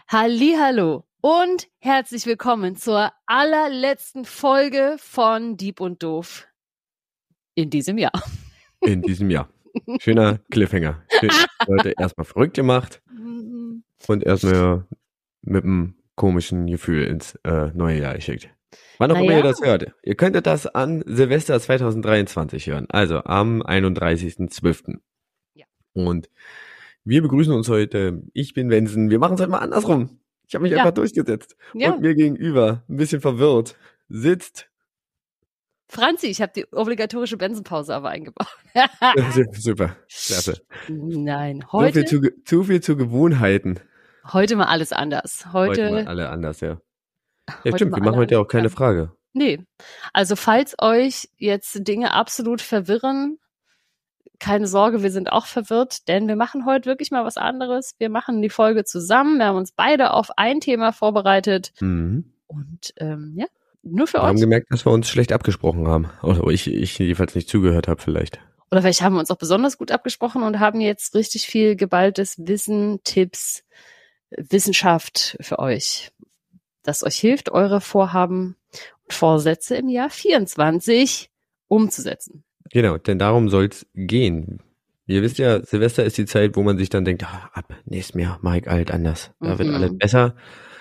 Hallihallo und herzlich willkommen zur allerletzten Folge von Dieb und Doof in diesem Jahr. In diesem Jahr. Schöner Cliffhanger. Schön, Leute, erstmal verrückt gemacht und erstmal mit einem komischen Gefühl ins neue Jahr geschickt. Wann auch immer ihr das hört. Ihr könntet das an Silvester 2023 hören, also am 31.12. Ja. Und wir begrüßen uns heute. Ich bin Wensen. Wir machen es heute mal andersrum. Ich habe mich einfach durchgesetzt. Ja. Und mir gegenüber, ein bisschen verwirrt, sitzt Franzi. Ich habe die obligatorische Benzenpause aber eingebaut. Super, klasse. Nein, heute Zu viel zu Gewohnheiten. Heute mal alles anders. Heute mal alle anders, ja. Ja, stimmt, wir machen heute ja auch keine Frage. Nee, also falls euch jetzt Dinge absolut verwirren, keine Sorge, wir sind auch verwirrt, denn wir machen heute wirklich mal was anderes. Wir machen die Folge zusammen. Wir haben uns beide auf ein Thema vorbereitet. Mhm. Und nur für euch. Wir haben gemerkt, dass wir uns schlecht abgesprochen haben. Oder ich jedenfalls nicht zugehört habe vielleicht. Oder vielleicht haben wir uns auch besonders gut abgesprochen und haben jetzt richtig viel geballtes Wissen, Tipps, Wissenschaft für euch, das euch hilft, eure Vorhaben und Vorsätze im Jahr 24 umzusetzen. Genau, denn darum soll's gehen. Ihr wisst ja, Silvester ist die Zeit, wo man sich dann denkt, ab nächstem Jahr mache ich halt anders. Da wird alles besser.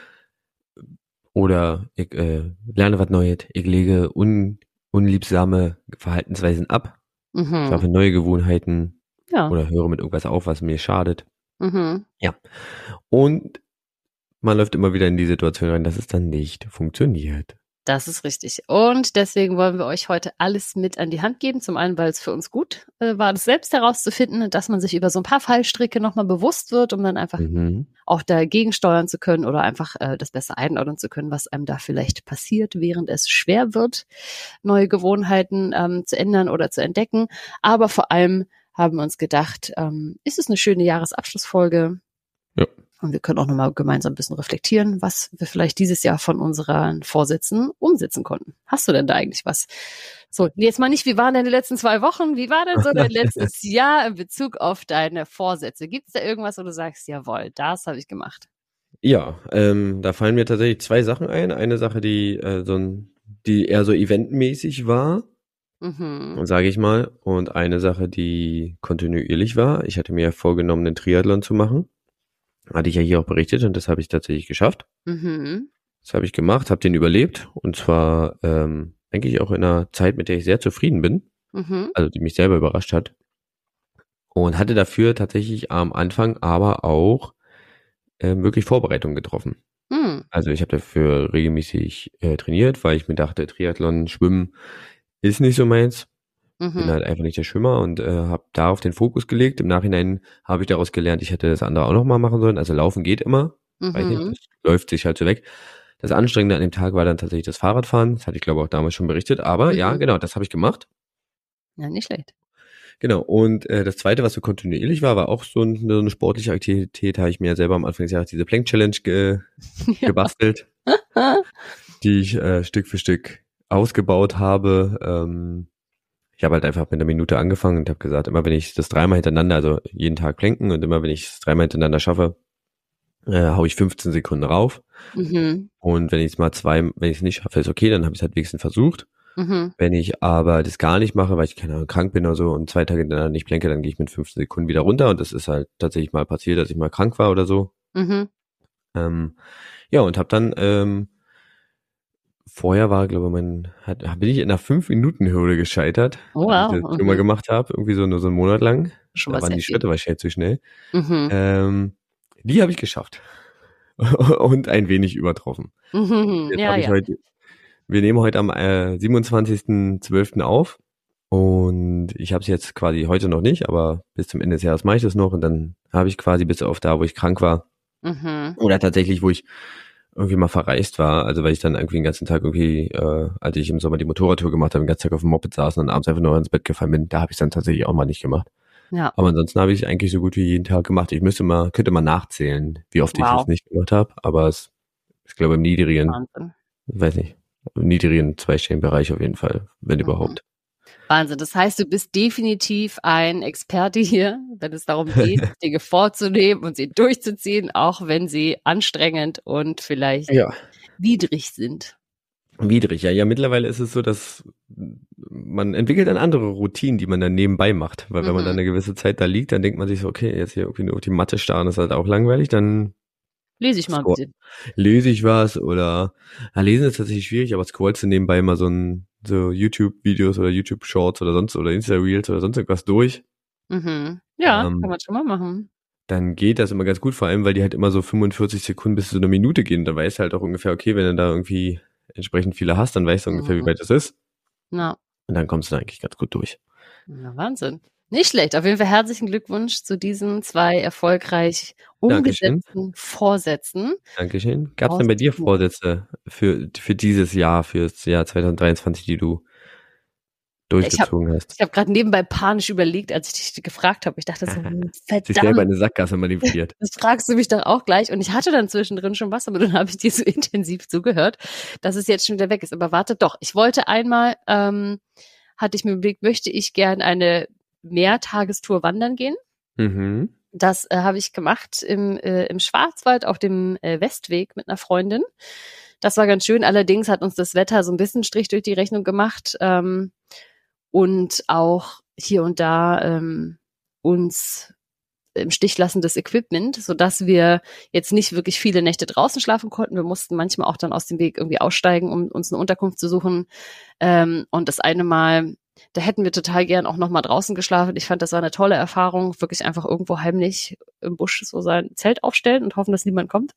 Oder ich lerne was Neues. Ich lege unliebsame Verhaltensweisen ab. Schaffe neue Gewohnheiten. Ja. Oder höre mit irgendwas auf, was mir schadet. Ja. Und man läuft immer wieder in die Situation rein, dass es dann nicht funktioniert. Das ist richtig. Und deswegen wollen wir euch heute alles mit an die Hand geben. Zum einen, weil es für uns gut war, das selbst herauszufinden, dass man sich über so ein paar Fallstricke nochmal bewusst wird, um dann einfach auch dagegen steuern zu können oder einfach das besser einordnen zu können, was einem da vielleicht passiert, während es schwer wird, neue Gewohnheiten zu ändern oder zu entdecken. Aber vor allem haben wir uns gedacht, ist es eine schöne Jahresabschlussfolge? Ja. Und wir können auch nochmal gemeinsam ein bisschen reflektieren, was wir vielleicht dieses Jahr von unseren Vorsätzen umsetzen konnten. Hast du denn da eigentlich was? So, jetzt mal nicht, wie waren denn die letzten 2 Wochen? Wie war denn so dein letztes Jahr in Bezug auf deine Vorsätze? Gibt es da irgendwas, wo du sagst, jawohl, das habe ich gemacht? Ja, da fallen mir tatsächlich 2 Sachen ein. Eine Sache, die eher so eventmäßig war, sage ich mal. Und eine Sache, die kontinuierlich war. Ich hatte mir ja vorgenommen, einen Triathlon zu machen. Hatte ich ja hier auch berichtet und das habe ich tatsächlich geschafft. Das habe ich gemacht, habe den überlebt und zwar eigentlich auch in einer Zeit, mit der ich sehr zufrieden bin, also die mich selber überrascht hat und hatte dafür tatsächlich am Anfang aber auch wirklich Vorbereitungen getroffen. Also ich habe dafür regelmäßig trainiert, weil ich mir dachte, Triathlon, Schwimmen ist nicht so meins. Bin halt einfach nicht der Schwimmer und habe darauf den Fokus gelegt. Im Nachhinein habe ich daraus gelernt, ich hätte das andere auch nochmal machen sollen. Also Laufen geht immer. Weiß nicht, das läuft sich halt so weg. Das Anstrengende an dem Tag war dann tatsächlich das Fahrradfahren. Das hatte ich, glaube ich, auch damals schon berichtet. Aber ja, genau, das habe ich gemacht. Ja, nicht schlecht. Genau, und das Zweite, was so kontinuierlich war, war auch so eine sportliche Aktivität. Habe ich mir ja selber am Anfang des Jahres diese Plank-Challenge gebastelt, die ich Stück für Stück ausgebaut habe. Ich habe halt einfach mit 1 Minute angefangen und habe gesagt, immer wenn ich das 3-mal hintereinander, also jeden Tag planken und immer wenn ich es 3-mal hintereinander schaffe, hau ich 15 Sekunden rauf. Und wenn ich es wenn ich es nicht schaffe, ist okay, dann habe ich es halt wenigstens versucht. Wenn ich aber das gar nicht mache, weil ich keine Ahnung, krank bin oder so und 2 Tage hintereinander nicht planke, dann gehe ich mit 15 Sekunden wieder runter und das ist halt tatsächlich mal passiert, dass ich mal krank war oder so. Ja, und habe dann vorher war, glaube ich, bin ich in einer 5-Minuten-Hürde gescheitert, als ich das schon mal gemacht habe, irgendwie so nur so einen Monat lang. Schon da waren die Schritte wahrscheinlich zu schnell. Die habe ich geschafft. Und ein wenig übertroffen. Jetzt habe ich heute, wir nehmen heute am 27.12. auf und ich habe es jetzt quasi heute noch nicht, aber bis zum Ende des Jahres mache ich das noch und dann habe ich quasi bis auf da, wo ich krank war oder tatsächlich, wo ich irgendwie mal verreist war, also weil ich dann irgendwie den ganzen Tag irgendwie, als ich im Sommer die Motorradtour gemacht habe, den ganzen Tag auf dem Moped saß und dann abends einfach nur ins Bett gefallen bin, da habe ich es dann tatsächlich auch mal nicht gemacht. Ja. Aber ansonsten habe ich es eigentlich so gut wie jeden Tag gemacht. Ich könnte mal nachzählen, wie oft ich es nicht gemacht habe, aber es ist, glaube ich, im niedrigen, ich weiß nicht, im niedrigen 2-stelligen Bereich auf jeden Fall, wenn überhaupt. Wahnsinn. Das heißt, du bist definitiv ein Experte hier, wenn es darum geht, Dinge vorzunehmen und sie durchzuziehen, auch wenn sie anstrengend und vielleicht widrig sind. Widrig, ja. Ja, mittlerweile ist es so, dass man entwickelt dann andere Routinen, die man dann nebenbei macht. Weil wenn man dann eine gewisse Zeit da liegt, dann denkt man sich so, okay, jetzt hier irgendwie nur auf die Matte starren, ist halt auch langweilig, dann lese ich mal ein bisschen. Lese ich was oder lesen ist tatsächlich schwierig, aber scrollst du nebenbei mal so YouTube-Videos oder YouTube-Shorts oder sonst oder Insta-Reels oder sonst irgendwas durch. Mhm. Ja, kann man schon mal machen. Dann geht das immer ganz gut, vor allem, weil die halt immer so 45 Sekunden bis zu einer Minute gehen. Dann weißt du halt auch ungefähr, okay, wenn du da irgendwie entsprechend viele hast, dann weißt du ungefähr, wie weit das ist. Ja. Und dann kommst du da eigentlich ganz gut durch. Ja, Wahnsinn. Nicht schlecht. Auf jeden Fall herzlichen Glückwunsch zu diesen 2 erfolgreich umgesetzten Vorsätzen. Dankeschön. Gab es denn bei dir Vorsätze für dieses Jahr, fürs Jahr 2023, die du durchgezogen hast? Ich habe gerade nebenbei panisch überlegt, als ich dich gefragt habe. Ich dachte so, verdammt. Sich selber in eine Sackgasse manövriert. Das fragst du mich doch auch gleich. Und ich hatte dann zwischendrin schon was, aber dann habe ich dir so intensiv zugehört, dass es jetzt schon wieder weg ist. Aber warte doch, ich wollte einmal, hatte ich mir überlegt, möchte ich gern eine Mehrtagestour wandern gehen. Mhm. Das habe ich gemacht im Schwarzwald auf dem Westweg mit einer Freundin. Das war ganz schön. Allerdings hat uns das Wetter so ein bisschen Strich durch die Rechnung gemacht. Und auch hier und da uns im Stich lassendes Equipment, sodass wir jetzt nicht wirklich viele Nächte draußen schlafen konnten. Wir mussten manchmal auch dann aus dem Weg irgendwie aussteigen, um uns eine Unterkunft zu suchen. Und das eine Mal, da hätten wir total gern auch nochmal draußen geschlafen. Ich fand, das war eine tolle Erfahrung. Wirklich einfach irgendwo heimlich im Busch so sein Zelt aufstellen und hoffen, dass niemand kommt.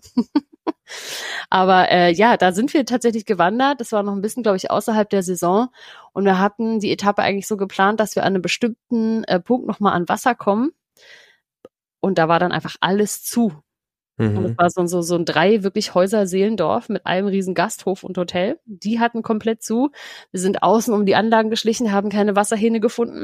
Aber ja, da sind wir tatsächlich gewandert. Das war noch ein bisschen, glaube ich, außerhalb der Saison. Und wir hatten die Etappe eigentlich so geplant, dass wir an einem bestimmten Punkt nochmal an Wasser kommen. Und da war dann einfach alles zu. Und es war so ein 3 wirklich Häuser-Seelendorf mit einem riesen Gasthof und Hotel. Die hatten komplett zu. Wir sind außen um die Anlagen geschlichen, haben keine Wasserhähne gefunden.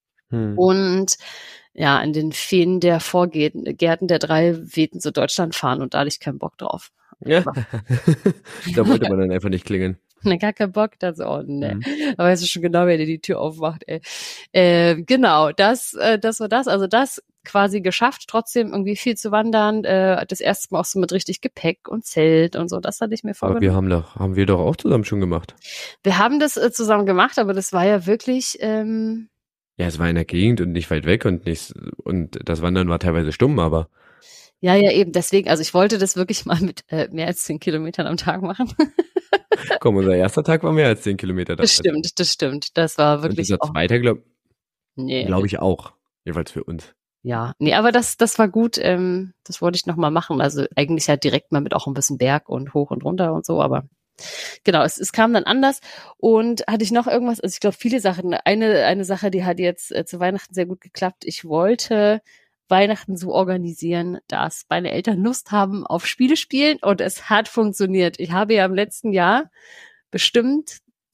Und ja, in den Feen der Vorgärten der 3 wehten so Deutschlandfahnen und da hatte ich keinen Bock drauf. Ja, da wollte man dann einfach nicht klingeln. Ne, gar keinen Bock, da so, oh ne. Aber weißt du schon genau, wer dir die Tür aufmacht, ey. Genau, das war das. Also das quasi geschafft, trotzdem irgendwie viel zu wandern. Das erste Mal auch so mit richtig Gepäck und Zelt und so. Das hatte ich mir vorgenommen. Aber haben wir doch auch zusammen schon gemacht. Wir haben das zusammen gemacht, aber das war ja wirklich ja, es war in der Gegend und nicht weit weg und das Wandern war teilweise stumm, aber ja, eben. Deswegen, also ich wollte das wirklich mal mit mehr als 10 Kilometern am Tag machen. Komm, unser erster Tag war mehr als 10 Kilometer. Das stimmt. Das war wirklich. Und unser zweiter, glaube ich auch. Jeweils für uns. Ja, nee, aber das war gut. Das wollte ich noch mal machen. Also eigentlich halt direkt mal mit auch ein bisschen Berg und hoch und runter und so, aber genau, es kam dann anders. Und hatte ich noch irgendwas? Also ich glaube, viele Sachen. Eine Sache, die hat jetzt zu Weihnachten sehr gut geklappt. Ich wollte Weihnachten so organisieren, dass meine Eltern Lust haben auf Spiele spielen und es hat funktioniert. Ich habe ja im letzten Jahr bestimmt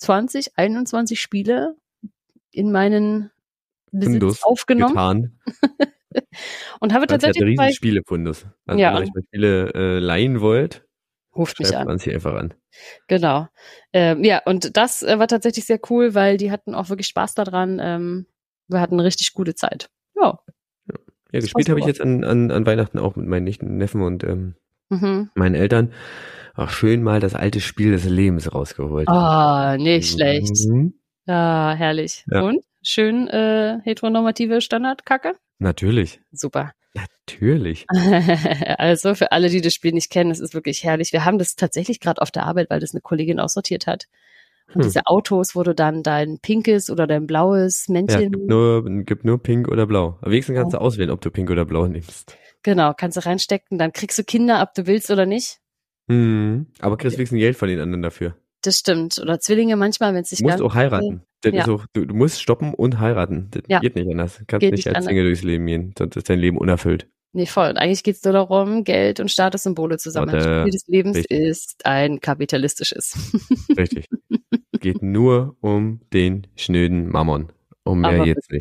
21 Spiele in meinen Besitz aufgenommen. Und habe tatsächlich einen riesen Spielefundus. Also wenn ihr euch mal Spiele leihen wollt, ruft mich an. Schreibt sie einfach an. Genau. Ja, und das war tatsächlich sehr cool, weil die hatten auch wirklich Spaß daran. Wir hatten eine richtig gute Zeit. Ja. Ja, gespielt habe ich jetzt an Weihnachten auch mit meinen Nichten, Neffen und meinen Eltern. Auch schön mal das alte Spiel des Lebens rausgeholt. Ah, nicht schlecht. Ja, herrlich. Ja. Und? Schön heteronormative Standardkacke? Natürlich. Super. Natürlich. Also für alle, die das Spiel nicht kennen, es ist wirklich herrlich. Wir haben das tatsächlich gerade auf der Arbeit, weil das eine Kollegin aussortiert hat. Und diese Autos, wo du dann dein pinkes oder dein blaues Männchen... Ja, gibt nur pink oder blau. Am wenigsten kannst du auswählen, ob du pink oder blau nimmst. Genau, kannst du reinstecken, dann kriegst du Kinder, ob du willst oder nicht. Aber kriegst wenigstens Geld von den anderen dafür. Das stimmt. Oder Zwillinge manchmal, wenn es sich Du musst auch heiraten. Das ist so, du musst stoppen und heiraten. Das geht nicht anders. Du kannst nicht als Single durchs Leben gehen, sonst ist dein Leben unerfüllt. Nee, voll. Und eigentlich geht es nur darum, Geld und Statussymbole zu sammeln. Das Spiel des Lebens ist ein kapitalistisches. Richtig. Geht nur um den schnöden Mammon. Um mehr jetzt nicht.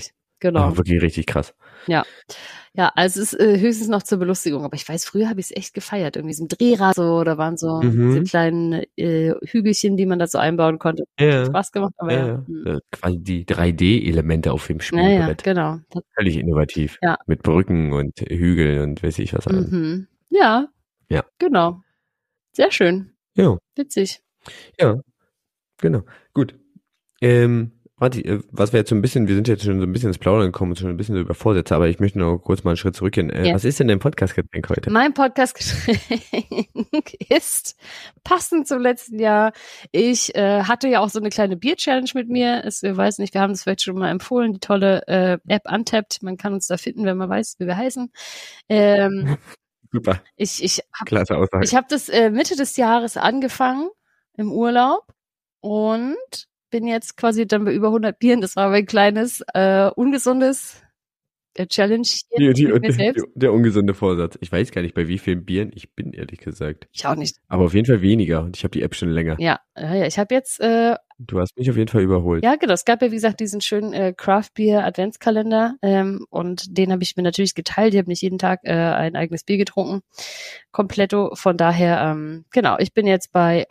Genau. Wirklich richtig krass. Ja. Ja, also es ist höchstens noch zur Belustigung. Aber ich weiß, früher habe ich es echt gefeiert. Irgendwie so ein Drehrad so, da waren so diese kleinen Hügelchen, die man da so einbauen konnte. Ja. Hat Spaß gemacht, aber ja. Quasi die 3D-Elemente auf dem Spielbrett. Ja, genau. Völlig innovativ. Ja. Mit Brücken und Hügeln und weiß ich was alles. Ja. Ja. Genau. Sehr schön. Ja. Witzig. Ja. Genau. Gut. Warte, was wir jetzt so ein bisschen, wir sind jetzt schon so ein bisschen ins Plaudern gekommen und schon ein bisschen so über Vorsätze, aber ich möchte noch kurz mal einen Schritt zurückgehen. Was ist denn dein Podcast-Getränk heute? Mein Podcast-Getränk ist passend zum letzten Jahr. Ich hatte ja auch so eine kleine Bier-Challenge mit mir. Ich weiß nicht, wir haben das vielleicht schon mal empfohlen, die tolle App Untapped. Man kann uns da finden, wenn man weiß, wie wir heißen. Super. Klasse Aussage. Ich habe das Mitte des Jahres angefangen im Urlaub und bin jetzt quasi dann bei über 100 Bieren. Das war mein kleines, ungesundes Challenge. Der ungesunde Vorsatz. Ich weiß gar nicht, bei wie vielen Bieren ich bin, ehrlich gesagt. Ich auch nicht. Aber auf jeden Fall weniger. Und ich habe die App schon länger. Ja, ich habe jetzt... Du hast mich auf jeden Fall überholt. Ja, genau. Es gab ja, wie gesagt, diesen schönen Craft Beer Adventskalender. Und den habe ich mir natürlich geteilt. Ich habe nicht jeden Tag ein eigenes Bier getrunken. Kompletto. Von daher, genau, ich bin jetzt bei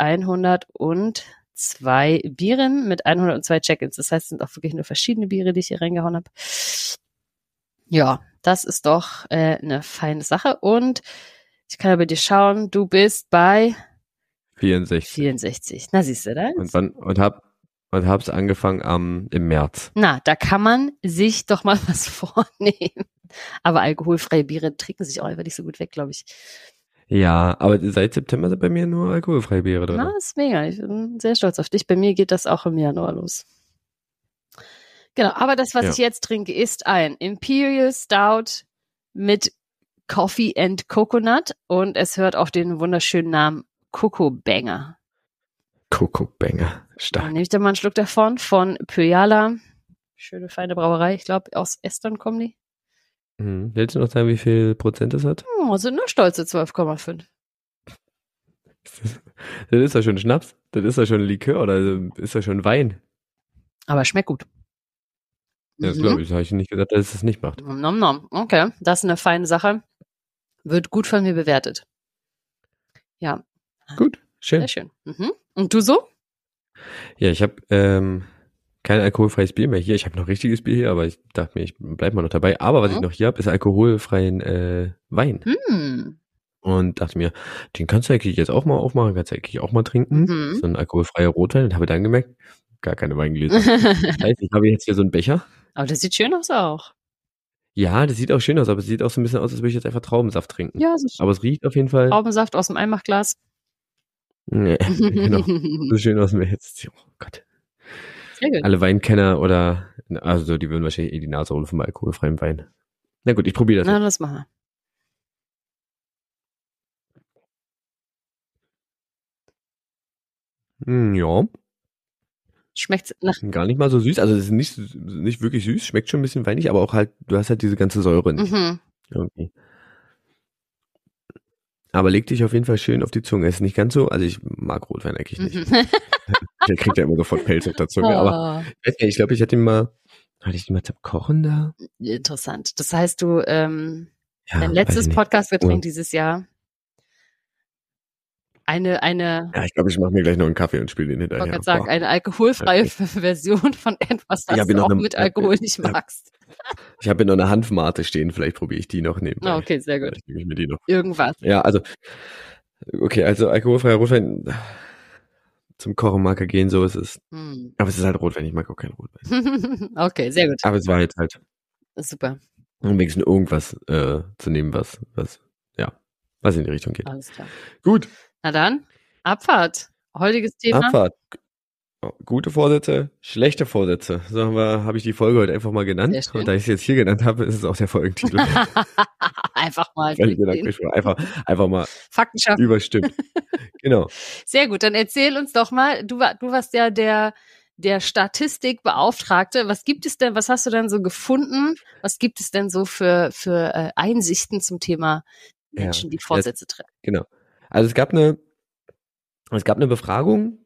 102 Bieren mit 102 Check-ins. Das heißt, es sind auch wirklich nur verschiedene Biere, die ich hier reingehauen habe. Ja, das ist doch eine feine Sache. Und ich kann aber dir schauen, du bist bei 64. Na, siehst du das? Und hab's angefangen im März. Na, da kann man sich doch mal was vornehmen. Aber alkoholfreie Biere trinken sich auch einfach nicht so gut weg, glaube ich. Ja, aber seit September sind bei mir nur alkoholfreie Biere drin. Na, das ist mega. Ich bin sehr stolz auf dich. Bei mir geht das auch im Januar los. Genau, aber das, was ich jetzt trinke, ist ein Imperial Stout mit Coffee and Coconut und es hört auf den wunderschönen Namen Coco Banger. Coco Banger, stark. Dann nehme ich da mal einen Schluck davon, von Pyjala. Schöne, feine Brauerei. Ich glaube, aus Estland kommen die. Willst du noch sagen, wie viel Prozent das hat? Oh, sind nur stolze 12,5. Das ist ja schon Schnaps. Das ist ja schon Likör oder ist ja schon Wein. Aber schmeckt gut. Ja, das glaube ich. Das habe ich nicht gesagt, dass es das nicht macht. Nom. Okay, das ist eine feine Sache. Wird gut von mir bewertet. Ja. Gut, schön. Sehr schön. Und du so? Ja, ich habe kein alkoholfreies Bier mehr hier. Ich habe noch richtiges Bier hier, aber ich dachte mir, ich bleib mal noch dabei. Aber was ich noch hier habe, ist alkoholfreien Wein. Und dachte mir, den kannst du eigentlich jetzt auch mal aufmachen, kannst du eigentlich auch mal trinken. So ein alkoholfreier Rotwein. Und habe dann gemerkt, gar keine Weingläser. Das heißt, ich habe jetzt hier so einen Becher. Aber das sieht schön aus auch. Ja, das sieht auch schön aus, aber es sieht auch so ein bisschen aus, als würde ich jetzt einfach Traubensaft trinken. Ja, so aber es riecht auf jeden Fall. Traubensaft aus dem Einmachglas. Nee, genau. So schön aus dem jetzt. Oh Gott. Sehr gut. Alle Weinkenner oder, also die würden wahrscheinlich die Nase holen vom alkoholfreien Wein. Na gut, ich probiere das. Na, das machen wir. Ja. Schmeckt's nach... Gar nicht mal so süß. Also es ist nicht wirklich süß, schmeckt schon ein bisschen weinig, aber auch halt, du hast halt diese ganze Säure nicht. Irgendwie. Aber leg dich auf jeden Fall schön auf die Zunge. Es ist nicht ganz so, also ich mag Rotwein eigentlich nicht. Der kriegt ja immer sofort Pelz auf der Zunge. Aber ich glaube, hatte ich den mal zum Kochen da? Interessant. Das heißt, du, dein letztes Podcast-Getränk dieses Jahr. Ja, ich glaube, ich mache mir gleich noch einen Kaffee und spiele den hinterher. Ich wollte gerade sagen, eine alkoholfreie Version von etwas, das du auch mit Alkohol nicht magst. Ich habe hier noch eine Hanfmate stehen, vielleicht probiere ich die noch nebenbei. Okay, sehr gut. Vielleicht nehme ich mir die noch. Irgendwas. Ja, also alkoholfreier Rotwein zum Kochen mag er gehen, so ist es. Aber es ist halt Rotwein, ich mag auch keinen Rotwein. Okay, sehr gut. Aber es war jetzt halt. Super. Um wenigstens irgendwas zu nehmen, was in die Richtung geht. Alles klar. Gut. Na dann, Abfahrt. Heutiges Thema. Abfahrt. Gute Vorsätze, schlechte Vorsätze. So habe ich die Folge heute einfach mal genannt. Und da ich es jetzt hier genannt habe, ist es auch der Folgentitel. Einfach mal. Einfach mal Fakten schaffen. Überstimmt. Genau. Sehr gut, dann erzähl uns doch mal, du warst ja der Statistikbeauftragte. Was gibt es denn, was hast du denn so gefunden? Was gibt es denn so für Einsichten zum Thema Menschen, die Vorsätze treffen? Genau. Also es gab eine Befragung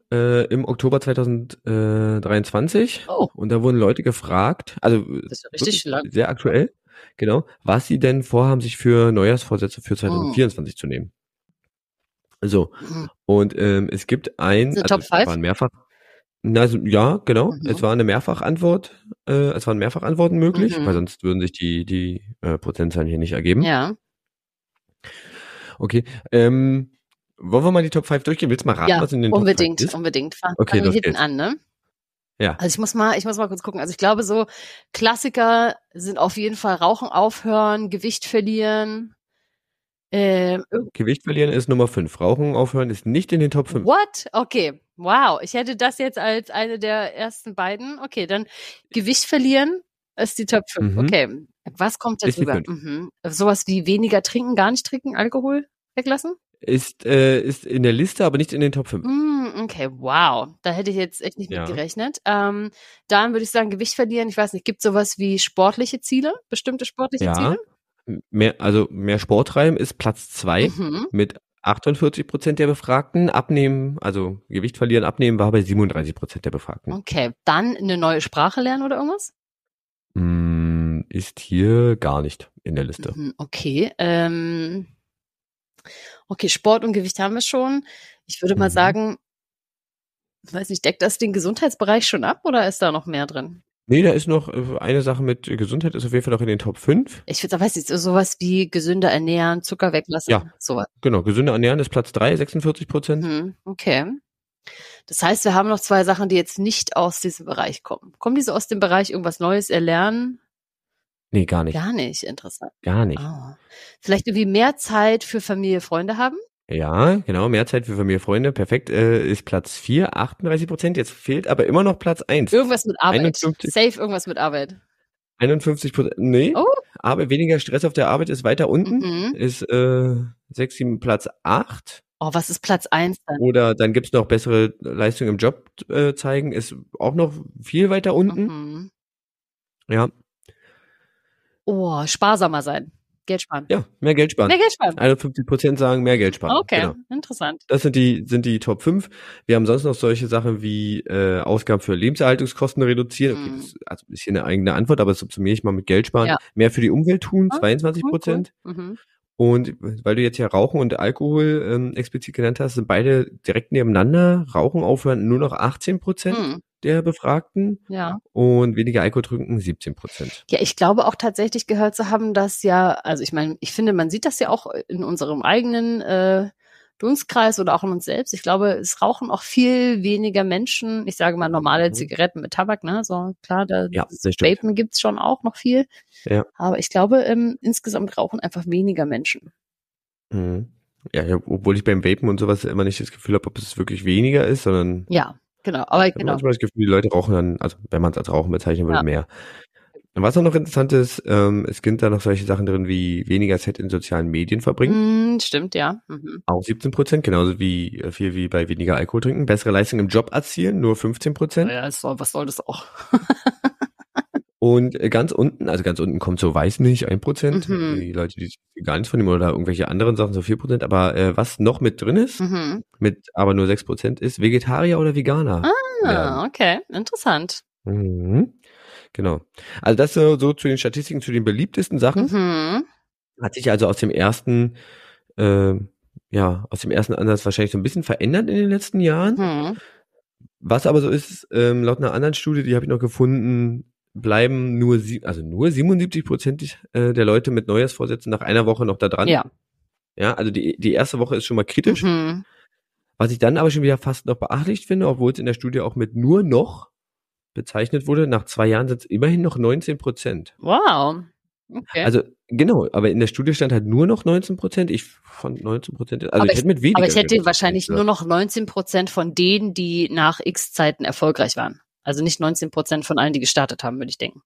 im Oktober 2023. Oh. Und da wurden Leute gefragt, also das ist ja richtig lang. Sehr aktuell, genau, was sie denn vorhaben, sich für Neujahrsvorsätze für 2024 zu nehmen. So, und es gibt also Top 5? waren mehrfach, also, ja, genau, es war eine Mehrfachantwort, es waren Mehrfachantworten möglich, weil sonst würden sich die Prozentzahlen hier nicht ergeben. Ja. Okay, wollen wir mal die Top 5 durchgehen? Willst du mal raten, was in den Top 5 ist? Unbedingt. Okay, fangen wir hinten an, ne? Ja. Also ich muss mal kurz gucken. Also ich glaube, so Klassiker sind auf jeden Fall Rauchen aufhören, Gewicht verlieren. Gewicht verlieren ist Nummer 5. Rauchen aufhören ist nicht in den Top 5. What? Okay. Wow. Ich hätte das jetzt als eine der ersten beiden. Okay, dann Gewicht verlieren ist die Top 5. Okay. Was kommt da drüber? Sowas wie weniger trinken, gar nicht trinken, Alkohol weglassen? Ist in der Liste, aber nicht in den Top 5. Okay, wow. Da hätte ich jetzt echt nicht mit gerechnet. Dann würde ich sagen, Gewicht verlieren. Ich weiß nicht, gibt es sowas wie sportliche Ziele? Bestimmte sportliche Ziele? Mehr Sport treiben ist Platz 2 mit 48% der Befragten. Abnehmen, also Gewicht verlieren, abnehmen war bei 37% der Befragten. Okay, dann eine neue Sprache lernen oder irgendwas? Ist hier gar nicht in der Liste. Okay, okay, Sport und Gewicht haben wir schon. Ich würde mal sagen, weiß nicht, deckt das den Gesundheitsbereich schon ab oder ist da noch mehr drin? Nee, da ist noch eine Sache mit Gesundheit, ist auf jeden Fall noch in den Top 5. Ich würde sagen, weiß nicht, sowas wie gesünder ernähren, Zucker weglassen. Ja, sowas. Genau, gesünder ernähren ist Platz 3, 46%. Okay. Das heißt, wir haben noch 2 Sachen, die jetzt nicht aus diesem Bereich kommen. Kommen die so aus dem Bereich irgendwas Neues erlernen? Nee, gar nicht. Gar nicht, interessant. Gar nicht. Oh. Vielleicht irgendwie mehr Zeit für Familie, Freunde haben? Ja, genau, mehr Zeit für Familie, Freunde, perfekt, ist Platz 4, 38%, jetzt fehlt aber immer noch Platz 1. Irgendwas mit Arbeit, 51, safe irgendwas mit Arbeit. 51%, nee, aber weniger Stress auf der Arbeit ist weiter unten, ist 6, 7, Platz 8. Oh, was ist Platz 1 dann? Oder dann gibt's noch bessere Leistungen im Job zeigen, ist auch noch viel weiter unten. Ja. Oh, sparsamer sein. Geld sparen. Ja, mehr Geld sparen. Mehr Geld sparen. 51% sagen mehr Geld sparen. Okay, genau. Interessant. Das sind die Top 5. Wir haben sonst noch solche Sachen wie Ausgaben für Lebenserhaltungskosten reduzieren. Okay, das ist also ein bisschen eine eigene Antwort, aber das subsumiere ich mal mit Geld sparen. Ja. Mehr für die Umwelt tun, 22%. Cool. Und weil du jetzt ja Rauchen und Alkohol explizit genannt hast, sind beide direkt nebeneinander. Rauchen aufhören nur noch 18%. Der Befragten. Ja. Und weniger Alkohol trinken 17%. Ja, ich glaube auch tatsächlich gehört zu haben, dass ja, also ich meine, ich finde, man sieht das ja auch in unserem eigenen Dunstkreis oder auch in uns selbst. Ich glaube, es rauchen auch viel weniger Menschen, ich sage mal normale Zigaretten mit Tabak, ne? So klar, Vapen gibt's schon auch noch viel. Ja. Aber ich glaube, insgesamt rauchen einfach weniger Menschen. Ja, obwohl ich beim Vapen und sowas immer nicht das Gefühl habe, ob es wirklich weniger ist, sondern ja. Genau, aber genau. Manchmal das Gefühl, die Leute rauchen dann, also wenn man es als Rauchen bezeichnen würde, mehr. Und was auch noch interessant ist, es gibt da noch solche Sachen drin wie weniger Zeit in sozialen Medien verbringen. Stimmt, ja. Auch 17%, genauso wie viel wie bei weniger Alkohol trinken. Bessere Leistung im Job erzielen, nur 15%. Ja, was soll das auch? Und ganz unten kommt so Weißmilch, 1%. Die Leute, die gar nichts von dem oder irgendwelche anderen Sachen, so 4%. Aber was noch mit drin ist, mit aber nur 6%, ist Vegetarier oder Veganer. Okay, interessant. Genau. Also das so zu den Statistiken, zu den beliebtesten Sachen. Hat sich also aus dem ersten Ansatz wahrscheinlich so ein bisschen verändert in den letzten Jahren. Was aber so ist, laut einer anderen Studie, die habe ich noch gefunden, bleiben nur 77% der Leute mit Neujahrsvorsätzen nach einer Woche noch da dran. Ja. Ja, also die erste Woche ist schon mal kritisch. Was ich dann aber schon wieder fast noch beachtlich finde, obwohl es in der Studie auch mit nur noch bezeichnet wurde, nach 2 Jahren sind es immerhin noch 19%. Wow. Okay. Also genau, aber in der Studie stand halt nur noch 19%. Ich fand 19%, also ich hätte mit weniger. Aber ich hätte wahrscheinlich nur noch 19% von denen, die nach X Zeiten erfolgreich waren. Also nicht 19% von allen, die gestartet haben, würde ich denken.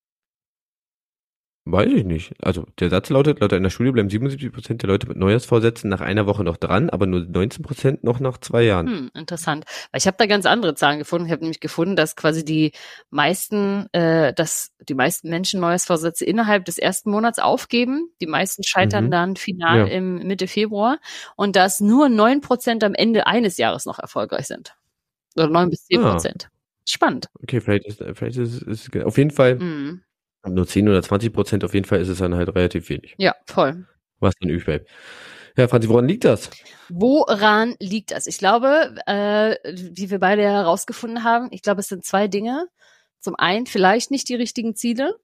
Weiß ich nicht. Also der Satz lautet, laut einer Studie bleiben 77% der Leute mit Neujahrsvorsätzen nach einer Woche noch dran, aber nur 19% noch nach 2 Jahren. Interessant. Weil ich habe da ganz andere Zahlen gefunden. Ich habe nämlich gefunden, dass quasi die meisten Menschen Neujahrsvorsätze innerhalb des ersten Monats aufgeben. Die meisten scheitern dann final im Mitte Februar und dass nur 9% am Ende eines Jahres noch erfolgreich sind. Oder 9-10%. Spannend. Okay, vielleicht ist auf jeden Fall nur 10 oder 20%, auf jeden Fall ist es dann halt relativ wenig. Ja, voll. Was dann übrig bleibt. Ja, Franzi, woran liegt das? Woran liegt das? Ich glaube, wie wir beide herausgefunden haben, ich glaube, es sind 2 Dinge. Zum einen vielleicht nicht die richtigen Ziele.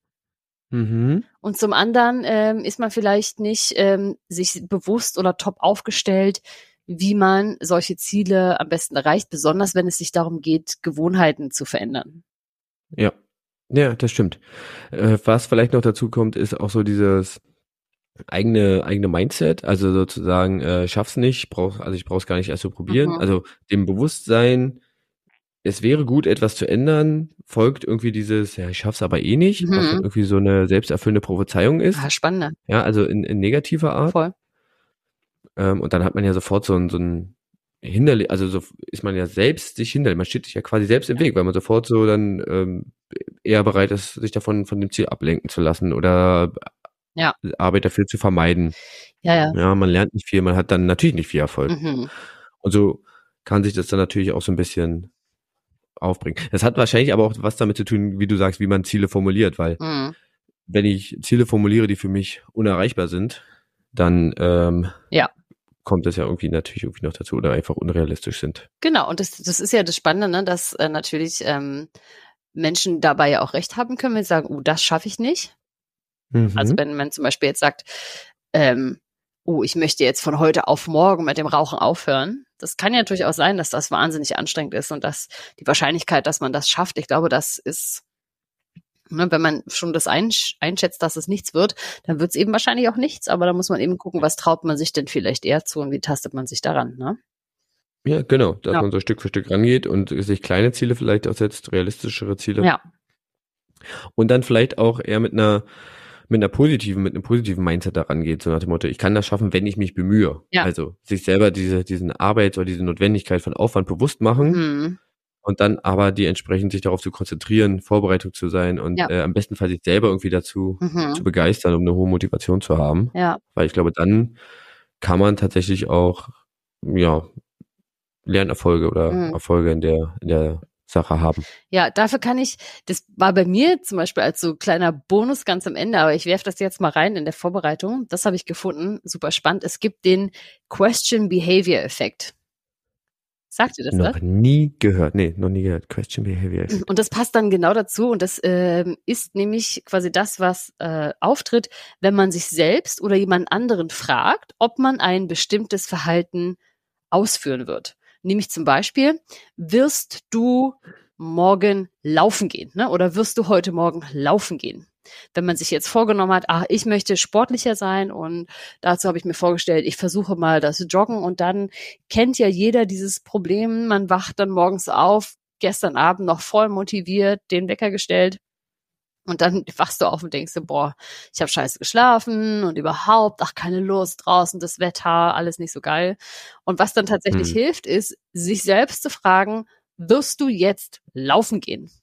Und zum anderen ist man vielleicht nicht sich bewusst oder top aufgestellt, wie man solche Ziele am besten erreicht, besonders wenn es sich darum geht, Gewohnheiten zu verändern. Ja, das stimmt. Was vielleicht noch dazu kommt, ist auch so dieses eigene Mindset, also sozusagen schaff's nicht, ich brauch's gar nicht erst so probieren. Also dem Bewusstsein, es wäre gut, etwas zu ändern, folgt irgendwie dieses, ja, ich schaff's aber eh nicht, was dann irgendwie so eine selbsterfüllende Prophezeiung ist. Ah, spannend. Ja, also in negativer Art. Voll. Und dann hat man ja sofort so ein hinderlich, also so ist man ja selbst sich hinderlich, man steht sich ja quasi selbst im Weg, weil man sofort so dann eher bereit ist, sich von dem Ziel ablenken zu lassen oder Arbeit dafür zu vermeiden. Ja. Ja, man lernt nicht viel, man hat dann natürlich nicht viel Erfolg. Und so kann sich das dann natürlich auch so ein bisschen aufbringen. Das hat wahrscheinlich aber auch was damit zu tun, wie du sagst, wie man Ziele formuliert, weil wenn ich Ziele formuliere, die für mich unerreichbar sind, dann kommt es ja natürlich irgendwie noch dazu oder einfach unrealistisch sind. Genau, und das ist ja das Spannende, ne, dass natürlich Menschen dabei ja auch recht haben können, wenn sie sagen, das schaffe ich nicht. Also wenn man zum Beispiel jetzt sagt, ich möchte jetzt von heute auf morgen mit dem Rauchen aufhören. Das kann ja durchaus sein, dass das wahnsinnig anstrengend ist und dass die Wahrscheinlichkeit, dass man das schafft, ich glaube, das ist, wenn man schon das einschätzt, dass es nichts wird, dann wird es eben wahrscheinlich auch nichts, aber da muss man eben gucken, was traut man sich denn vielleicht eher zu und wie tastet man sich daran, ne? Ja, genau, dass man so Stück für Stück rangeht und sich kleine Ziele vielleicht auch setzt, realistischere Ziele. Ja. Und dann vielleicht auch eher mit einem positiven Mindset daran geht, so nach dem Motto, ich kann das schaffen, wenn ich mich bemühe. Ja. Also sich selber diesen Arbeit oder diese Notwendigkeit von Aufwand bewusst machen und dann aber die entsprechend sich darauf zu konzentrieren, Vorbereitung zu sein und am besten Fall sich selber irgendwie dazu zu begeistern, um eine hohe Motivation zu haben. Ja. Weil ich glaube, dann kann man tatsächlich auch Lernerfolge oder Erfolge in der Sache haben. Ja, dafür das war bei mir zum Beispiel als so kleiner Bonus ganz am Ende, aber ich werfe das jetzt mal rein in der Vorbereitung. Das habe ich gefunden, super spannend. Es gibt den Question Behavior Effekt. Sagt ihr das? Noch nie gehört. Nee, noch nie gehört. Question Behavior Effekt. Und das passt dann genau dazu und das ist nämlich quasi das, was auftritt, wenn man sich selbst oder jemand anderen fragt, ob man ein bestimmtes Verhalten ausführen wird. Nämlich zum Beispiel, wirst du morgen laufen gehen, ne? Oder wirst du heute Morgen laufen gehen? Wenn man sich jetzt vorgenommen hat, ich möchte sportlicher sein und dazu habe ich mir vorgestellt, ich versuche mal das Joggen und dann kennt ja jeder dieses Problem, man wacht dann morgens auf, gestern Abend noch voll motiviert, den Wecker gestellt. Und dann wachst du auf und denkst dir, ich habe scheiße geschlafen und überhaupt, keine Lust, draußen das Wetter, alles nicht so geil. Und was dann tatsächlich hilft, ist, sich selbst zu fragen, wirst du jetzt laufen gehen?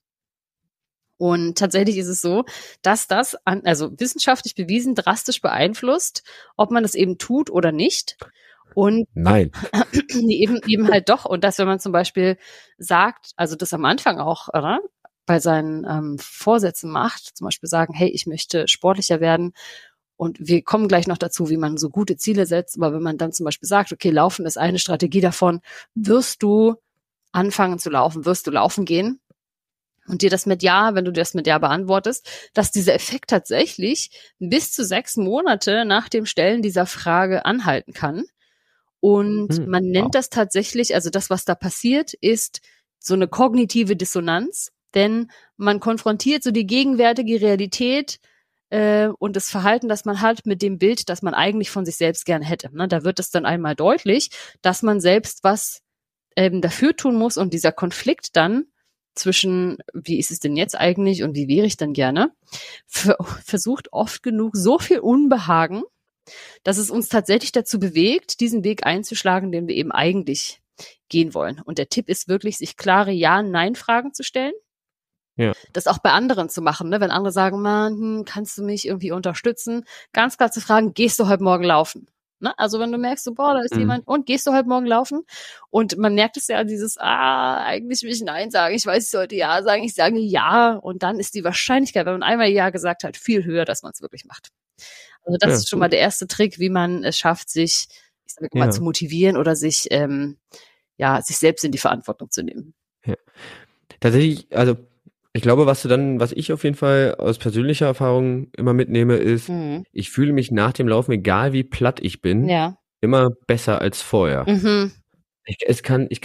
Und tatsächlich ist es so, dass das, also wissenschaftlich bewiesen, drastisch beeinflusst, ob man das eben tut oder nicht. Und nein. eben halt doch. Und dass, wenn man zum Beispiel sagt, also das am Anfang auch, oder? Bei seinen Vorsätzen macht, zum Beispiel sagen, hey, ich möchte sportlicher werden und wir kommen gleich noch dazu, wie man so gute Ziele setzt, aber wenn man dann zum Beispiel sagt, okay, Laufen ist eine Strategie davon, wirst du anfangen zu laufen, wirst du laufen gehen und dir das mit Ja, wenn du das mit Ja beantwortest, dass dieser Effekt tatsächlich bis zu 6 Monate nach dem Stellen dieser Frage anhalten kann und man nennt das tatsächlich, also das, was da passiert, ist so eine kognitive Dissonanz. Denn man konfrontiert so die gegenwärtige Realität und das Verhalten, das man hat, mit dem Bild, das man eigentlich von sich selbst gerne hätte. Ne? Da wird es dann einmal deutlich, dass man selbst was dafür tun muss und dieser Konflikt dann zwischen, wie ist es denn jetzt eigentlich und wie wäre ich denn gerne, versucht oft genug so viel Unbehagen, dass es uns tatsächlich dazu bewegt, diesen Weg einzuschlagen, den wir eben eigentlich gehen wollen. Und der Tipp ist wirklich, sich klare Ja-Nein-Fragen zu stellen. Ja. Das auch bei anderen zu machen, ne? Wenn andere sagen, Mann, kannst du mich irgendwie unterstützen? Ganz klar zu fragen, gehst du heute Morgen laufen? Ne? Also wenn du merkst, so, boah, da ist jemand, und gehst du heute Morgen laufen? Und man merkt es ja, eigentlich will ich Nein sagen, ich weiß, ich sollte Ja sagen, ich sage Ja, und dann ist die Wahrscheinlichkeit, wenn man einmal Ja gesagt hat, viel höher, dass man es wirklich macht. Also das ist schon mal der erste Trick, wie man es schafft, sich, ich sag mal, zu motivieren oder sich sich selbst in die Verantwortung zu nehmen. Ja. Tatsächlich, also ich glaube, was ich auf jeden Fall aus persönlicher Erfahrung immer mitnehme, ist, ich fühle mich nach dem Laufen, egal wie platt ich bin, immer besser als vorher. Ich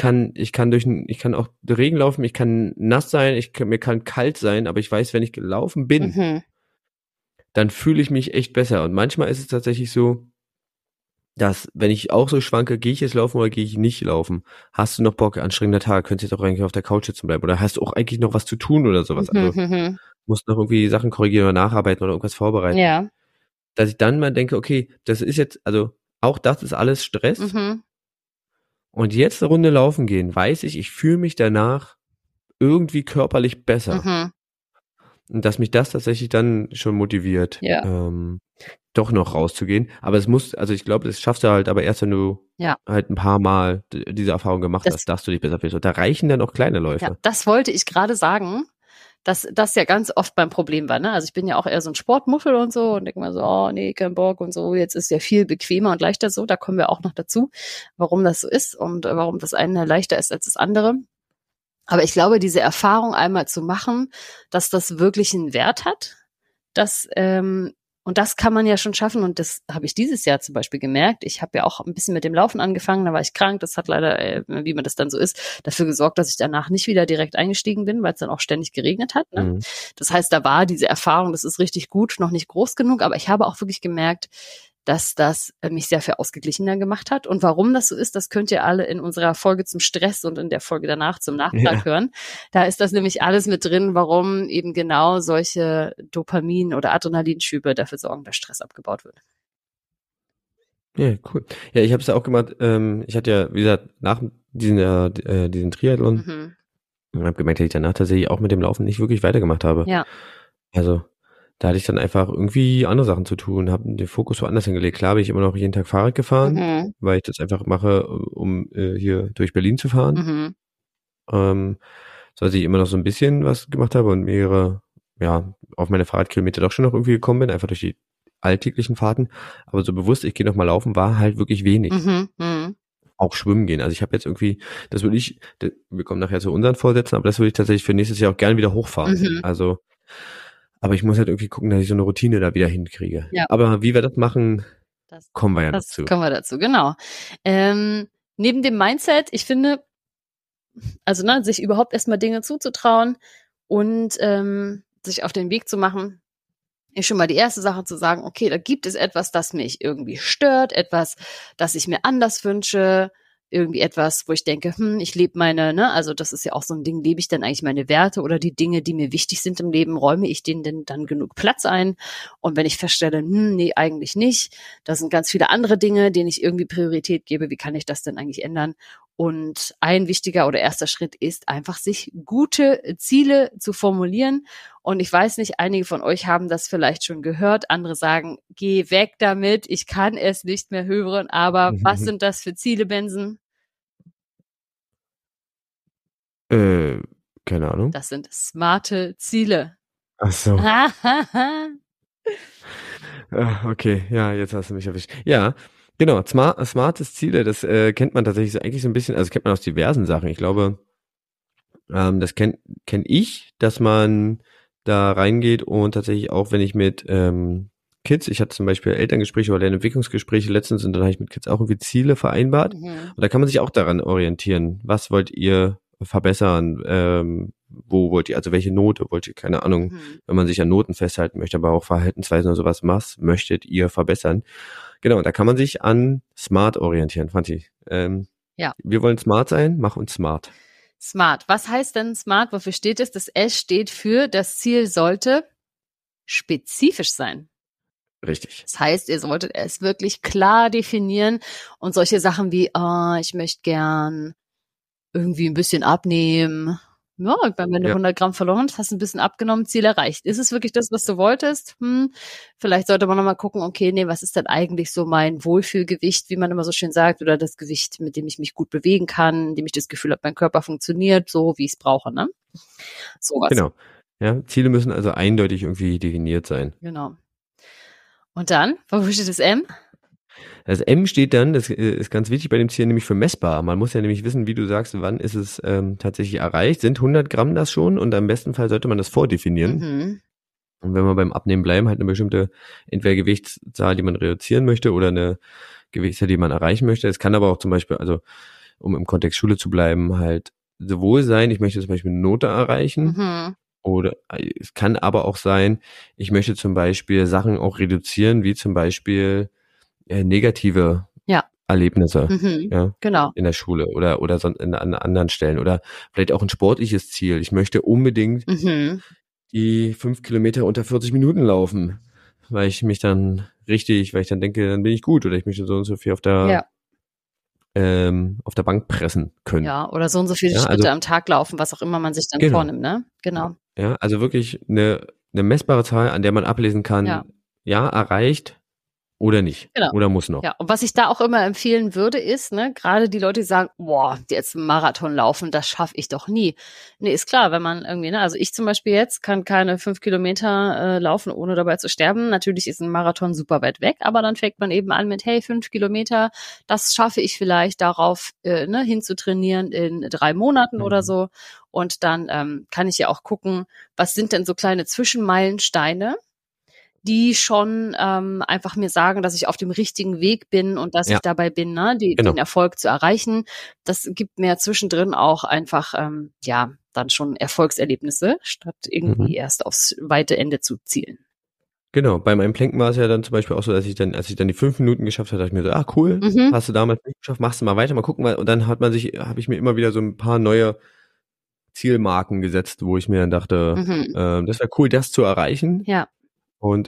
kann auch Regen laufen, ich kann nass sein, mir kann kalt sein, aber ich weiß, wenn ich gelaufen bin, dann fühle ich mich echt besser. Und manchmal ist es tatsächlich so, dass, wenn ich auch so schwanke, gehe ich jetzt laufen oder gehe ich nicht laufen? Hast du noch Bock, anstrengender Tag, könntest jetzt auch eigentlich auf der Couch sitzen bleiben? Oder hast du auch eigentlich noch was zu tun oder sowas? Also musst noch irgendwie Sachen korrigieren oder nacharbeiten oder irgendwas vorbereiten. Ja. Dass ich dann mal denke, okay, das ist jetzt, also auch das ist alles Stress. Und jetzt eine Runde laufen gehen, weiß ich fühle mich danach irgendwie körperlich besser. Und dass mich das tatsächlich dann schon motiviert, doch noch rauszugehen. Aber ich glaube, das schaffst du halt aber erst, wenn du halt ein paar Mal diese Erfahrung gemacht hast, dass du dich besser fühlst. Und da reichen dann auch kleine Läufe. Ja, das wollte ich gerade sagen, dass das ja ganz oft beim Problem war. Ne? Also ich bin ja auch eher so ein Sportmuffel und so und denke mal so, oh nee, kein Bock und so. Jetzt ist ja viel bequemer und leichter so. Da kommen wir auch noch dazu, warum das so ist und warum das eine leichter ist als das andere. Aber ich glaube, diese Erfahrung einmal zu machen, dass das wirklich einen Wert hat, und das kann man ja schon schaffen und das habe ich dieses Jahr zum Beispiel gemerkt. Ich habe ja auch ein bisschen mit dem Laufen angefangen, da war ich krank. Das hat leider, wie man das dann so ist, dafür gesorgt, dass ich danach nicht wieder direkt eingestiegen bin, weil es dann auch ständig geregnet hat. Ne? Das heißt, da war diese Erfahrung, das ist richtig gut, noch nicht groß genug, aber ich habe auch wirklich gemerkt, dass das mich sehr viel ausgeglichener gemacht hat. Und warum das so ist, das könnt ihr alle in unserer Folge zum Stress und in der Folge danach zum Nachtrag hören. Da ist das nämlich alles mit drin, warum eben genau solche Dopamin- oder Adrenalinschübe dafür sorgen, dass Stress abgebaut wird. Ja, cool. Ja, ich habe es ja auch gemacht, ich hatte ja, wie gesagt, nach diesen Triathlon, und habe gemerkt, dass ich danach tatsächlich auch mit dem Laufen nicht wirklich weitergemacht habe. Ja. Also da hatte ich dann einfach irgendwie andere Sachen zu tun, habe den Fokus woanders hingelegt. Klar bin ich immer noch jeden Tag Fahrrad gefahren, weil ich das einfach mache, um hier durch Berlin zu fahren. So dass ich immer noch so ein bisschen was gemacht habe und auf meine Fahrradkilometer doch schon noch irgendwie gekommen bin, einfach durch die alltäglichen Fahrten. Aber so bewusst, ich gehe noch mal laufen, war halt wirklich wenig. Auch schwimmen gehen. Also ich habe jetzt irgendwie, wir kommen nachher zu unseren Vorsätzen, aber das würde ich tatsächlich für nächstes Jahr auch gerne wieder hochfahren. Also aber ich muss halt irgendwie gucken, dass ich so eine Routine da wieder hinkriege. Ja. Aber wie wir das machen, kommen wir ja dazu. Kommen wir dazu, genau. Neben dem Mindset, ich finde, also sich überhaupt erstmal Dinge zuzutrauen und sich auf den Weg zu machen, ist schon mal die erste Sache zu sagen, okay, da gibt es etwas, das mich irgendwie stört, etwas, das ich mir anders wünsche, irgendwie etwas, wo ich denke, ich lebe also das ist ja auch so ein Ding, lebe ich denn eigentlich meine Werte oder die Dinge, die mir wichtig sind im Leben, räume ich denen denn dann genug Platz ein? Und wenn ich feststelle, nee, eigentlich nicht, da sind ganz viele andere Dinge, denen ich irgendwie Priorität gebe, wie kann ich das denn eigentlich ändern? Und ein wichtiger oder erster Schritt ist einfach, sich gute Ziele zu formulieren. Und ich weiß nicht, einige von euch haben das vielleicht schon gehört. Andere sagen, geh weg damit, ich kann es nicht mehr hören. Aber was sind das für Ziele, Benson? Keine Ahnung. Das sind smarte Ziele. Ach so. Okay, ja, jetzt hast du mich erwischt. Ja, genau, smartes Ziele, das kennt man tatsächlich eigentlich so ein bisschen, also kennt man aus diversen Sachen. Ich glaube, das kenn ich, dass man da reingeht und tatsächlich auch, wenn ich mit Kids, ich hatte zum Beispiel Elterngespräche oder Entwicklungsgespräche letztens und dann habe ich mit Kids auch irgendwie Ziele vereinbart. Und da kann man sich auch daran orientieren. Was wollt ihr verbessern? Wo wollt ihr, also welche Note wollt ihr, keine Ahnung, wenn man sich an Noten festhalten möchte, aber auch Verhaltensweisen oder sowas, was möchtet ihr verbessern? Genau, da kann man sich an Smart orientieren, Franzi. Ja. Wir wollen smart sein, mach uns smart. Smart. Was heißt denn smart? Wofür steht es? Das S steht für, das Ziel sollte spezifisch sein. Richtig. Das heißt, ihr solltet es wirklich klar definieren und solche Sachen wie, ich möchte gern irgendwie ein bisschen abnehmen Ja, wenn du 100 Gramm verloren hast, hast du ein bisschen abgenommen, Ziel erreicht. Ist es wirklich das, was du wolltest? Vielleicht sollte man nochmal gucken, okay, nee, was ist denn eigentlich so mein Wohlfühlgewicht, wie man immer so schön sagt, oder das Gewicht, mit dem ich mich gut bewegen kann, in dem ich das Gefühl habe, mein Körper funktioniert so, wie ich es brauche, ne? Sowas. Genau. Ja, Ziele müssen also eindeutig irgendwie definiert sein. Genau. Und dann, wo steht das M? Das M steht dann, das ist ganz wichtig bei dem Ziel, nämlich für messbar. Man muss ja nämlich wissen, wie du sagst, wann ist es tatsächlich erreicht. Sind 100 Gramm das schon? Und im besten Fall sollte man das vordefinieren. Mhm. Und wenn wir beim Abnehmen bleiben, halt eine bestimmte entweder Gewichtszahl, die man reduzieren möchte, oder eine Gewichtszahl, die man erreichen möchte. Es kann aber auch zum Beispiel, also um im Kontext Schule zu bleiben, halt sowohl sein, ich möchte zum Beispiel eine Note erreichen, oder es kann aber auch sein, ich möchte zum Beispiel Sachen auch reduzieren, wie zum Beispiel negative Erlebnisse, genau. in der Schule oder sonst an anderen Stellen, oder vielleicht auch ein sportliches Ziel. Ich möchte unbedingt die 5 Kilometer unter 40 Minuten laufen, weil ich dann denke, dann bin ich gut, oder ich möchte so und so viel auf der Bank pressen können. Ja, oder so und so viele Schritte am Tag laufen, was auch immer man sich dann vornimmt, ne? Genau. Ja, also wirklich eine messbare Zahl, an der man ablesen kann, erreicht oder nicht. Genau. Oder muss noch. Ja, und was ich da auch immer empfehlen würde, ist, ne, gerade die Leute, die sagen, boah, jetzt einen Marathon laufen, das schaffe ich doch nie. Nee, ist klar, wenn man irgendwie, ne, also ich zum Beispiel jetzt kann keine 5 Kilometer laufen, ohne dabei zu sterben. Natürlich ist ein Marathon super weit weg, aber dann fängt man eben an mit, hey, 5 Kilometer, das schaffe ich vielleicht darauf, hinzutrainieren in 3 Monaten oder so. Und dann kann ich ja auch gucken, was sind denn so kleine Zwischenmeilensteine, die schon einfach mir sagen, dass ich auf dem richtigen Weg bin und dass ich dabei bin, ne, den Erfolg zu erreichen. Das gibt mir zwischendrin auch einfach, dann schon Erfolgserlebnisse, statt irgendwie erst aufs weite Ende zu zielen. Genau, bei meinem Planken war es ja dann zum Beispiel auch so, dass als ich dann die 5 Minuten geschafft habe, dachte ich mir so, cool, hast du damals nicht geschafft, machst du mal weiter, mal gucken. Und dann habe ich mir immer wieder so ein paar neue Zielmarken gesetzt, wo ich mir dann dachte, das wäre cool, das zu erreichen. Ja. Und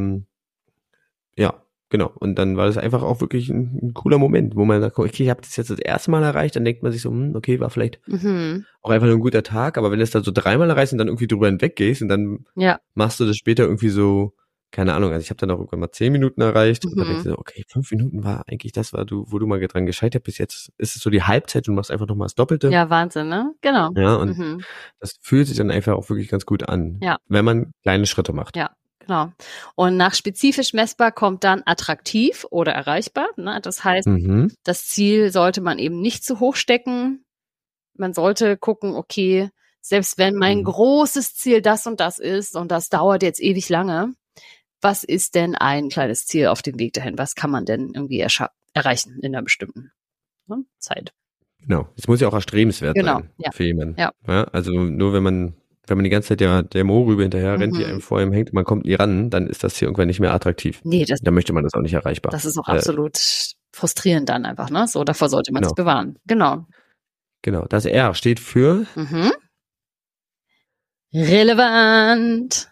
genau. Und dann war das einfach auch wirklich ein cooler Moment, wo man sagt, okay, ich habe das jetzt das erste Mal erreicht, dann denkt man sich so, okay, war vielleicht auch einfach nur ein guter Tag, aber wenn du es dann so 3-mal erreichst und dann irgendwie drüber hinweggehst und dann machst du das später irgendwie so, keine Ahnung, also ich habe dann auch irgendwann mal 10 Minuten erreicht und dann denkst du so, okay, 5 Minuten war eigentlich das, wo du mal dran gescheitert bist, jetzt ist es so die Halbzeit und du machst einfach nochmal das Doppelte. Ja, Wahnsinn, ne? Genau. Ja, und das fühlt sich dann einfach auch wirklich ganz gut an, wenn man kleine Schritte macht. Ja. Genau. Und nach spezifisch messbar kommt dann attraktiv oder erreichbar. Ne? Das heißt, das Ziel sollte man eben nicht zu hoch stecken. Man sollte gucken, okay, selbst wenn mein großes Ziel das und das dauert jetzt ewig lange, was ist denn ein kleines Ziel auf dem Weg dahin? Was kann man denn irgendwie erreichen in einer bestimmten Zeit? Genau. Es muss ja auch erstrebenswert sein für jemanden. Ja. Also nur wenn man die ganze Zeit der Mohrrübe hinterher rennt, die einem vor ihm hängt, man kommt nie ran, dann ist das hier irgendwann nicht mehr attraktiv. Nee, da möchte man das auch nicht erreichbar. Das ist auch absolut frustrierend dann einfach, ne? So, davor sollte man es bewahren. Genau. Genau. Das R steht für relevant.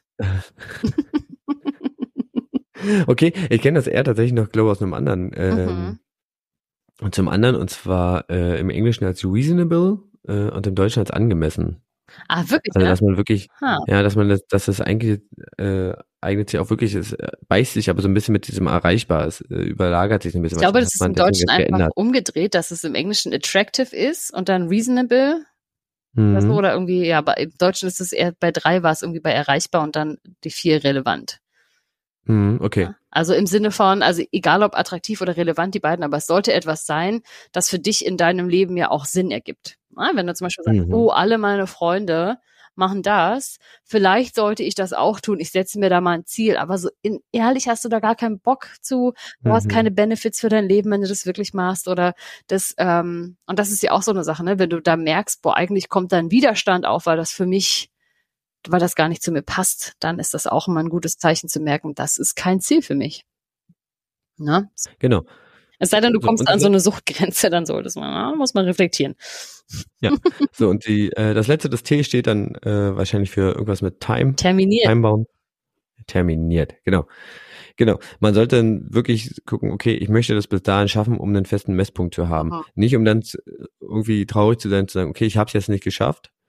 Okay, ich kenne das R tatsächlich noch, glaube ich, aus einem anderen. Und zum anderen, und zwar im Englischen als reasonable und im Deutschen als angemessen. Ah, wirklich? Also, dass man wirklich, dass das eigentlich eignet sich auch wirklich, es beißt sich aber so ein bisschen mit diesem erreichbar, es überlagert sich ein bisschen. Ich glaube, das ist im Deutschen einfach umgedreht, dass es im Englischen attractive ist und dann reasonable. Oder irgendwie, aber im Deutschen ist es eher, bei 3 war es irgendwie bei erreichbar und dann die 4 relevant. Okay. Ja, also im Sinne von, also egal ob attraktiv oder relevant, die beiden, aber es sollte etwas sein, das für dich in deinem Leben ja auch Sinn ergibt. Ja, wenn du zum Beispiel sagst, alle meine Freunde machen das, vielleicht sollte ich das auch tun, ich setze mir da mal ein Ziel, aber so ehrlich hast du da gar keinen Bock zu, du hast keine Benefits für dein Leben, wenn du das wirklich machst oder das, und das ist ja auch so eine Sache, ne, wenn du da merkst, eigentlich kommt da ein Widerstand auf, weil das gar nicht zu mir passt, dann ist das auch immer ein gutes Zeichen zu merken, das ist kein Ziel für mich. Ne? Genau. Es sei denn, du kommst an so eine Suchtgrenze, dann muss man reflektieren. Ja, so und das letzte, das T steht dann wahrscheinlich für irgendwas mit Time. Terminiert. Timebaum. Terminiert, genau. Genau, man sollte dann wirklich gucken, okay, ich möchte das bis dahin schaffen, um einen festen Messpunkt zu haben. Nicht um dann irgendwie traurig zu sein, zu sagen, okay, ich habe es jetzt nicht geschafft,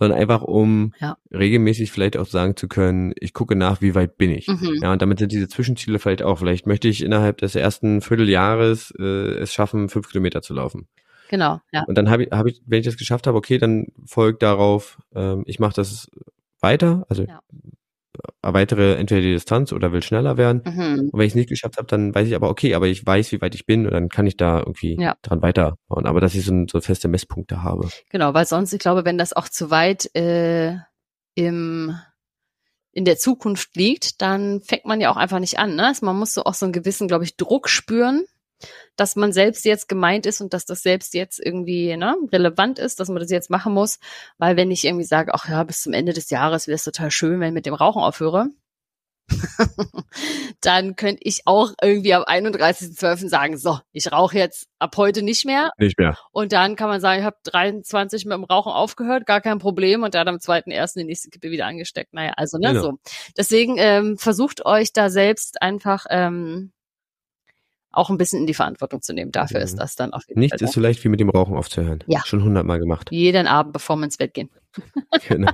sondern einfach um regelmäßig vielleicht auch sagen zu können, ich gucke nach, wie weit bin ich. Ja, und damit sind diese Zwischenziele vielleicht möchte ich innerhalb des ersten Vierteljahres es schaffen, 5 Kilometer zu laufen. Genau, ja. Und dann habe ich, wenn ich das geschafft habe, okay, dann folgt darauf, ich mache das weiter, also erweitere entweder die Distanz oder will schneller werden. Und wenn ich es nicht geschafft habe, dann weiß ich aber, okay, aber ich weiß, wie weit ich bin und dann kann ich da irgendwie dran weiterbauen. Aber dass ich so feste Messpunkte habe. Genau, weil sonst, ich glaube, wenn das auch zu weit in der Zukunft liegt, dann fängt man ja auch einfach nicht an. Ne? Also man muss so auch so einen gewissen, glaube ich, Druck spüren, dass man selbst jetzt gemeint ist und dass das selbst jetzt irgendwie relevant ist, dass man das jetzt machen muss. Weil wenn ich irgendwie sage, ach ja, bis zum Ende des Jahres wäre es total schön, wenn ich mit dem Rauchen aufhöre, dann könnte ich auch irgendwie am 31.12. sagen, so, ich rauche jetzt ab heute nicht mehr. Nicht mehr. Und dann kann man sagen, ich habe 23 mit dem Rauchen aufgehört, gar kein Problem. Und dann am 2.1. die nächste Kippe wieder angesteckt. Naja, also Genau. so. Deswegen versucht euch da selbst einfach auch ein bisschen in die Verantwortung zu nehmen. Dafür ist das dann auf jeden Fall. Nichts ist so leicht wie mit dem Rauchen aufzuhören. Ja. Schon 100-mal gemacht. Jeden Abend, bevor wir ins Bett gehen. Genau.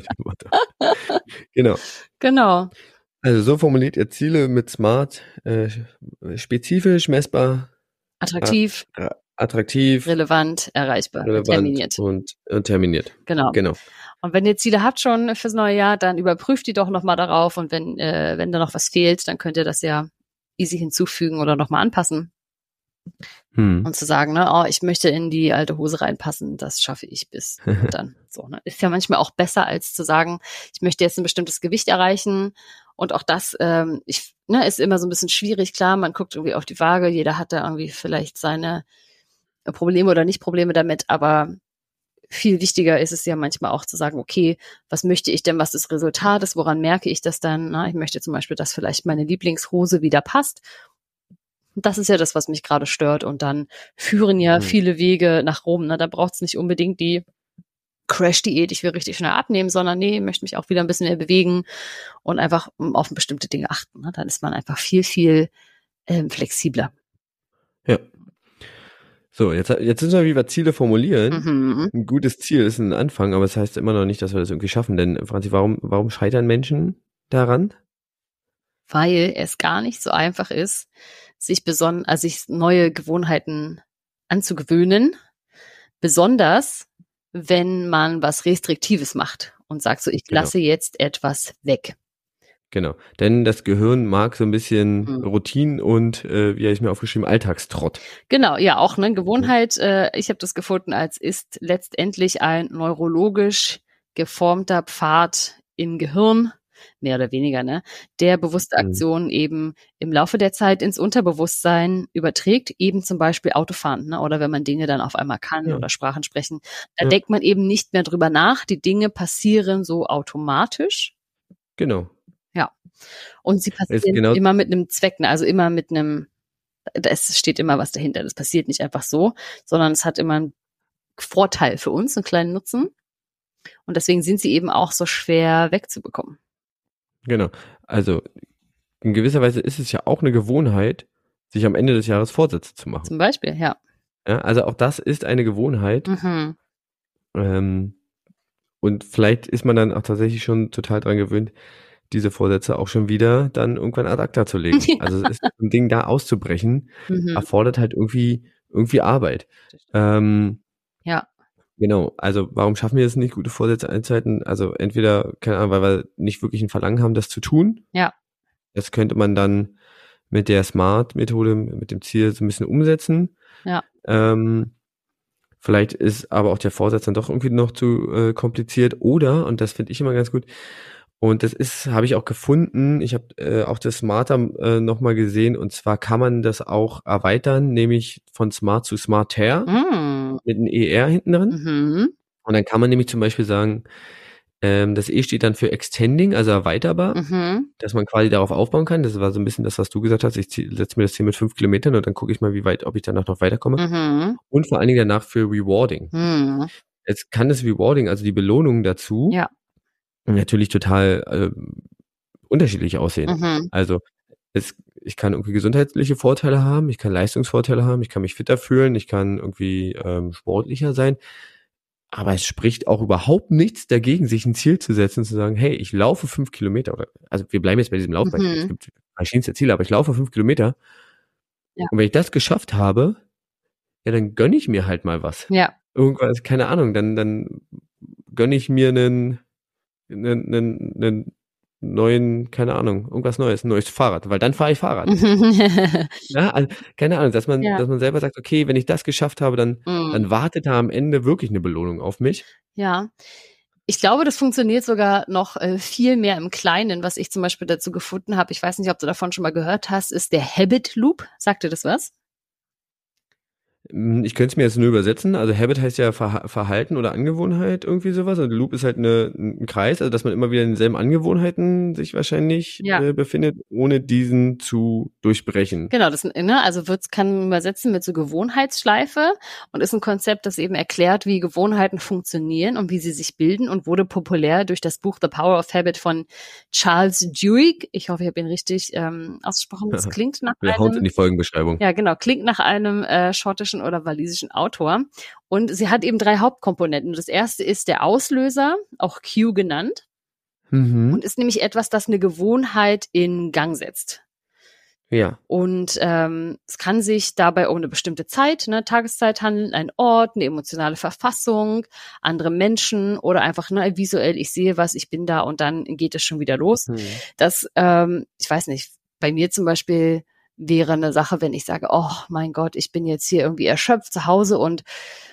Genau. Genau. Also so formuliert ihr Ziele mit SMART, spezifisch, messbar, attraktiv, relevant, erreichbar, terminiert. Und terminiert. Genau. Und wenn ihr Ziele habt schon fürs neue Jahr, dann überprüft die doch nochmal darauf und wenn da noch was fehlt, dann könnt ihr das ja easy hinzufügen oder nochmal anpassen. Und zu sagen, ich möchte in die alte Hose reinpassen, das schaffe ich bis und dann. So, ne? Ist ja manchmal auch besser, als zu sagen, ich möchte jetzt ein bestimmtes Gewicht erreichen. Und auch das ist immer so ein bisschen schwierig. Klar, man guckt irgendwie auf die Waage, jeder hat da irgendwie vielleicht seine Probleme oder nicht Probleme damit, aber viel wichtiger ist es ja manchmal auch zu sagen, okay, was möchte ich denn, was das Resultat ist, woran merke ich das dann? Ich möchte zum Beispiel, dass vielleicht meine Lieblingshose wieder passt. Das ist ja das, was mich gerade stört. Und dann führen ja viele Wege nach Rom. Da braucht es nicht unbedingt die Crash-Diät, ich will richtig schnell abnehmen, sondern nee, ich möchte mich auch wieder ein bisschen mehr bewegen und einfach auf bestimmte Dinge achten. Dann ist man einfach viel, viel flexibler. Ja. So, jetzt sind wir wieder Ziele formulieren. Ein gutes Ziel ist ein Anfang, aber es heißt immer noch nicht, dass wir das irgendwie schaffen. Denn, Franzi, warum scheitern Menschen daran? Weil es gar nicht so einfach ist, sich neue Gewohnheiten anzugewöhnen. Besonders, wenn man was Restriktives macht und sagt so, ich lasse jetzt etwas weg. Genau, denn das Gehirn mag so ein bisschen Routinen und, wie habe ich mir aufgeschrieben, Alltagstrott. Genau, ja, auch eine Gewohnheit, ich habe das gefunden ist letztendlich ein neurologisch geformter Pfad im Gehirn, mehr oder weniger, der bewusste Aktionen eben im Laufe der Zeit ins Unterbewusstsein überträgt, eben zum Beispiel Autofahren, oder wenn man Dinge dann auf einmal kann oder Sprachen sprechen, da denkt man eben nicht mehr drüber nach, die Dinge passieren so automatisch. Genau. Ja. Und sie passieren immer mit einem Zweck, also immer mit einem, es steht immer was dahinter, das passiert nicht einfach so, sondern es hat immer einen Vorteil für uns, einen kleinen Nutzen. Und deswegen sind sie eben auch so schwer wegzubekommen. Genau. Also in gewisser Weise ist es ja auch eine Gewohnheit, sich am Ende des Jahres Vorsätze zu machen. Zum Beispiel, ja. Also auch das ist eine Gewohnheit. Und vielleicht ist man dann auch tatsächlich schon total dran gewöhnt, diese Vorsätze auch schon wieder dann irgendwann ad acta zu legen. Ja. Also es ist ein Ding, da auszubrechen, erfordert halt irgendwie Arbeit. Ja. Genau, also warum schaffen wir es nicht, gute Vorsätze einzuhalten? Also entweder, keine Ahnung, weil wir nicht wirklich ein Verlangen haben, das zu tun. Ja. Das könnte man dann mit der SMART-Methode, mit dem Ziel so ein bisschen umsetzen. Ja. Vielleicht ist aber auch der Vorsatz dann doch irgendwie noch zu kompliziert. Oder, und das finde ich immer ganz gut, und das habe ich auch gefunden, ich habe auch das Smarter nochmal gesehen, und zwar kann man das auch erweitern, nämlich von Smart zu Smarter mit einem ER hinten drin. Und dann kann man nämlich zum Beispiel sagen, das E steht dann für Extending, also erweiterbar, dass man quasi darauf aufbauen kann. Das war so ein bisschen das, was du gesagt hast. Ich setze mir das Ziel mit 5 Kilometern und dann gucke ich mal, wie weit, ob ich danach noch weiterkomme. Und vor allen Dingen danach für Rewarding. Jetzt kann das Rewarding, also die Belohnung dazu, natürlich total unterschiedlich aussehen. Also ich kann irgendwie gesundheitliche Vorteile haben, ich kann Leistungsvorteile haben, ich kann mich fitter fühlen, ich kann irgendwie sportlicher sein. Aber es spricht auch überhaupt nichts dagegen, sich ein Ziel zu setzen, zu sagen, hey, ich laufe 5 Kilometer. Also wir bleiben jetzt bei diesem Laufbeispiel. Es gibt verschiedenste Ziele, aber ich laufe 5 Kilometer. Ja. Und wenn ich das geschafft habe, ja, dann gönne ich mir halt mal was. Ja. Irgendwas, keine Ahnung, dann gönne ich mir einen neuen, keine Ahnung, irgendwas Neues, ein neues Fahrrad, weil dann fahre ich Fahrrad. Ja, also, keine Ahnung, dass man selber sagt, okay, wenn ich das geschafft habe, dann wartet da am Ende wirklich eine Belohnung auf mich. Ja. Ich glaube, das funktioniert sogar noch viel mehr im Kleinen, was ich zum Beispiel dazu gefunden habe. Ich weiß nicht, ob du davon schon mal gehört hast, ist der Habit Loop. Sagt dir das was? Ich könnte es mir jetzt nur übersetzen. Also Habit heißt ja Verhalten oder Angewohnheit, irgendwie sowas. Und Loop ist halt ein Kreis, also dass man immer wieder in denselben Angewohnheiten sich wahrscheinlich befindet, ohne diesen zu durchbrechen. Genau, das also kann man übersetzen mit so Gewohnheitsschleife und ist ein Konzept, das eben erklärt, wie Gewohnheiten funktionieren und wie sie sich bilden und wurde populär durch das Buch The Power of Habit von Charles Duhigg. Ich hoffe, ich habe ihn richtig ausgesprochen. Das klingt nach Wir hauen es in die Folgenbeschreibung. Ja, genau, klingt nach einem schottischen oder walisischen Autor. Und sie hat eben 3 Hauptkomponenten. Das erste ist der Auslöser, auch Cue genannt. Und ist nämlich etwas, das eine Gewohnheit in Gang setzt. Ja. Und es kann sich dabei um eine bestimmte Zeit, Tageszeit handeln, ein Ort, eine emotionale Verfassung, andere Menschen oder einfach visuell, ich sehe was, ich bin da und dann geht es schon wieder los. Das, ich weiß nicht, bei mir zum Beispiel wäre eine Sache, wenn ich sage, oh mein Gott, ich bin jetzt hier irgendwie erschöpft zu Hause und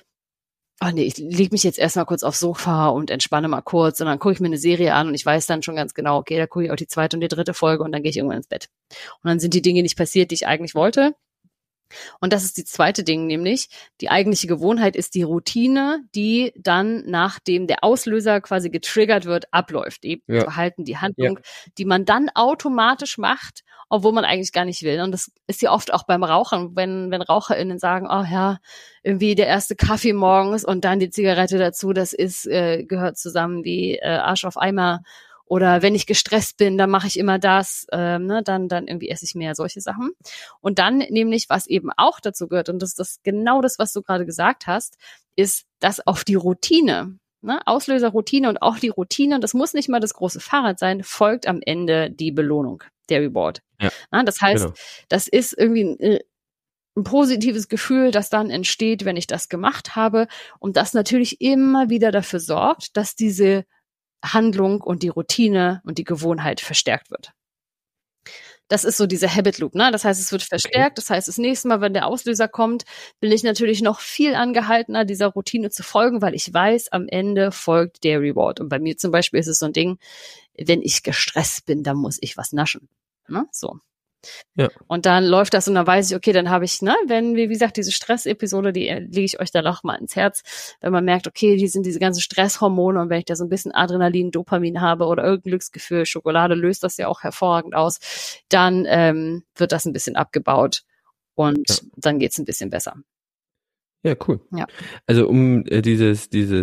ich lege mich jetzt erstmal kurz aufs Sofa und entspanne mal kurz und dann gucke ich mir eine Serie an und ich weiß dann schon ganz genau, okay, da gucke ich auch die 2. und die 3. Folge und dann gehe ich irgendwann ins Bett. Und dann sind die Dinge nicht passiert, die ich eigentlich wollte. Und das ist die zweite Ding, nämlich die eigentliche Gewohnheit ist die Routine, die dann, nachdem der Auslöser quasi getriggert wird, abläuft. Eben das Verhalten, die Handlung, die man dann automatisch macht, obwohl man eigentlich gar nicht will. Und das ist ja oft auch beim Rauchen, wenn RaucherInnen sagen, oh ja, irgendwie der erste Kaffee morgens und dann die Zigarette dazu, das ist gehört zusammen wie Arsch auf Eimer. Oder wenn ich gestresst bin, dann mache ich immer das, dann irgendwie esse ich mehr, solche Sachen. Und dann nämlich, was eben auch dazu gehört, und das ist genau das, was du gerade gesagt hast, ist das auf die Routine, Auslöser, Routine und auch die Routine, und das muss nicht mal das große Fahrrad sein, folgt am Ende die Belohnung, der Reward. Ja. Das heißt, das ist irgendwie ein positives Gefühl, das dann entsteht, wenn ich das gemacht habe und das natürlich immer wieder dafür sorgt, dass diese Handlung und die Routine und die Gewohnheit verstärkt wird. Das ist so dieser Habit Loop, Das heißt, es wird verstärkt. Das heißt, das nächste Mal, wenn der Auslöser kommt, bin ich natürlich noch viel angehaltener, dieser Routine zu folgen, weil ich weiß, am Ende folgt der Reward. Und bei mir zum Beispiel ist es so ein Ding, wenn ich gestresst bin, dann muss ich was naschen. So. Ja. Und dann läuft das und dann weiß ich, okay, dann habe ich, wenn, wie gesagt, diese Stress-Episode, die lege ich euch dann auch mal ins Herz, wenn man merkt, okay, die sind diese ganzen Stresshormone und wenn ich da so ein bisschen Adrenalin, Dopamin habe oder irgendein Glücksgefühl, Schokolade löst das ja auch hervorragend aus, dann wird das ein bisschen abgebaut und dann geht's ein bisschen besser. Ja, cool. Ja. Also um dieses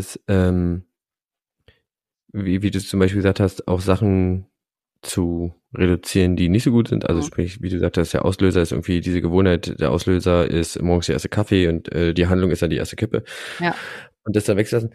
wie du es zum Beispiel gesagt hast, auch Sachen zu reduzieren, die nicht so gut sind. Also sprich, wie du gesagt hast, der Auslöser ist irgendwie diese Gewohnheit, der Auslöser ist morgens der erste Kaffee und die Handlung ist dann die erste Kippe. Ja. Und das dann wegzulassen.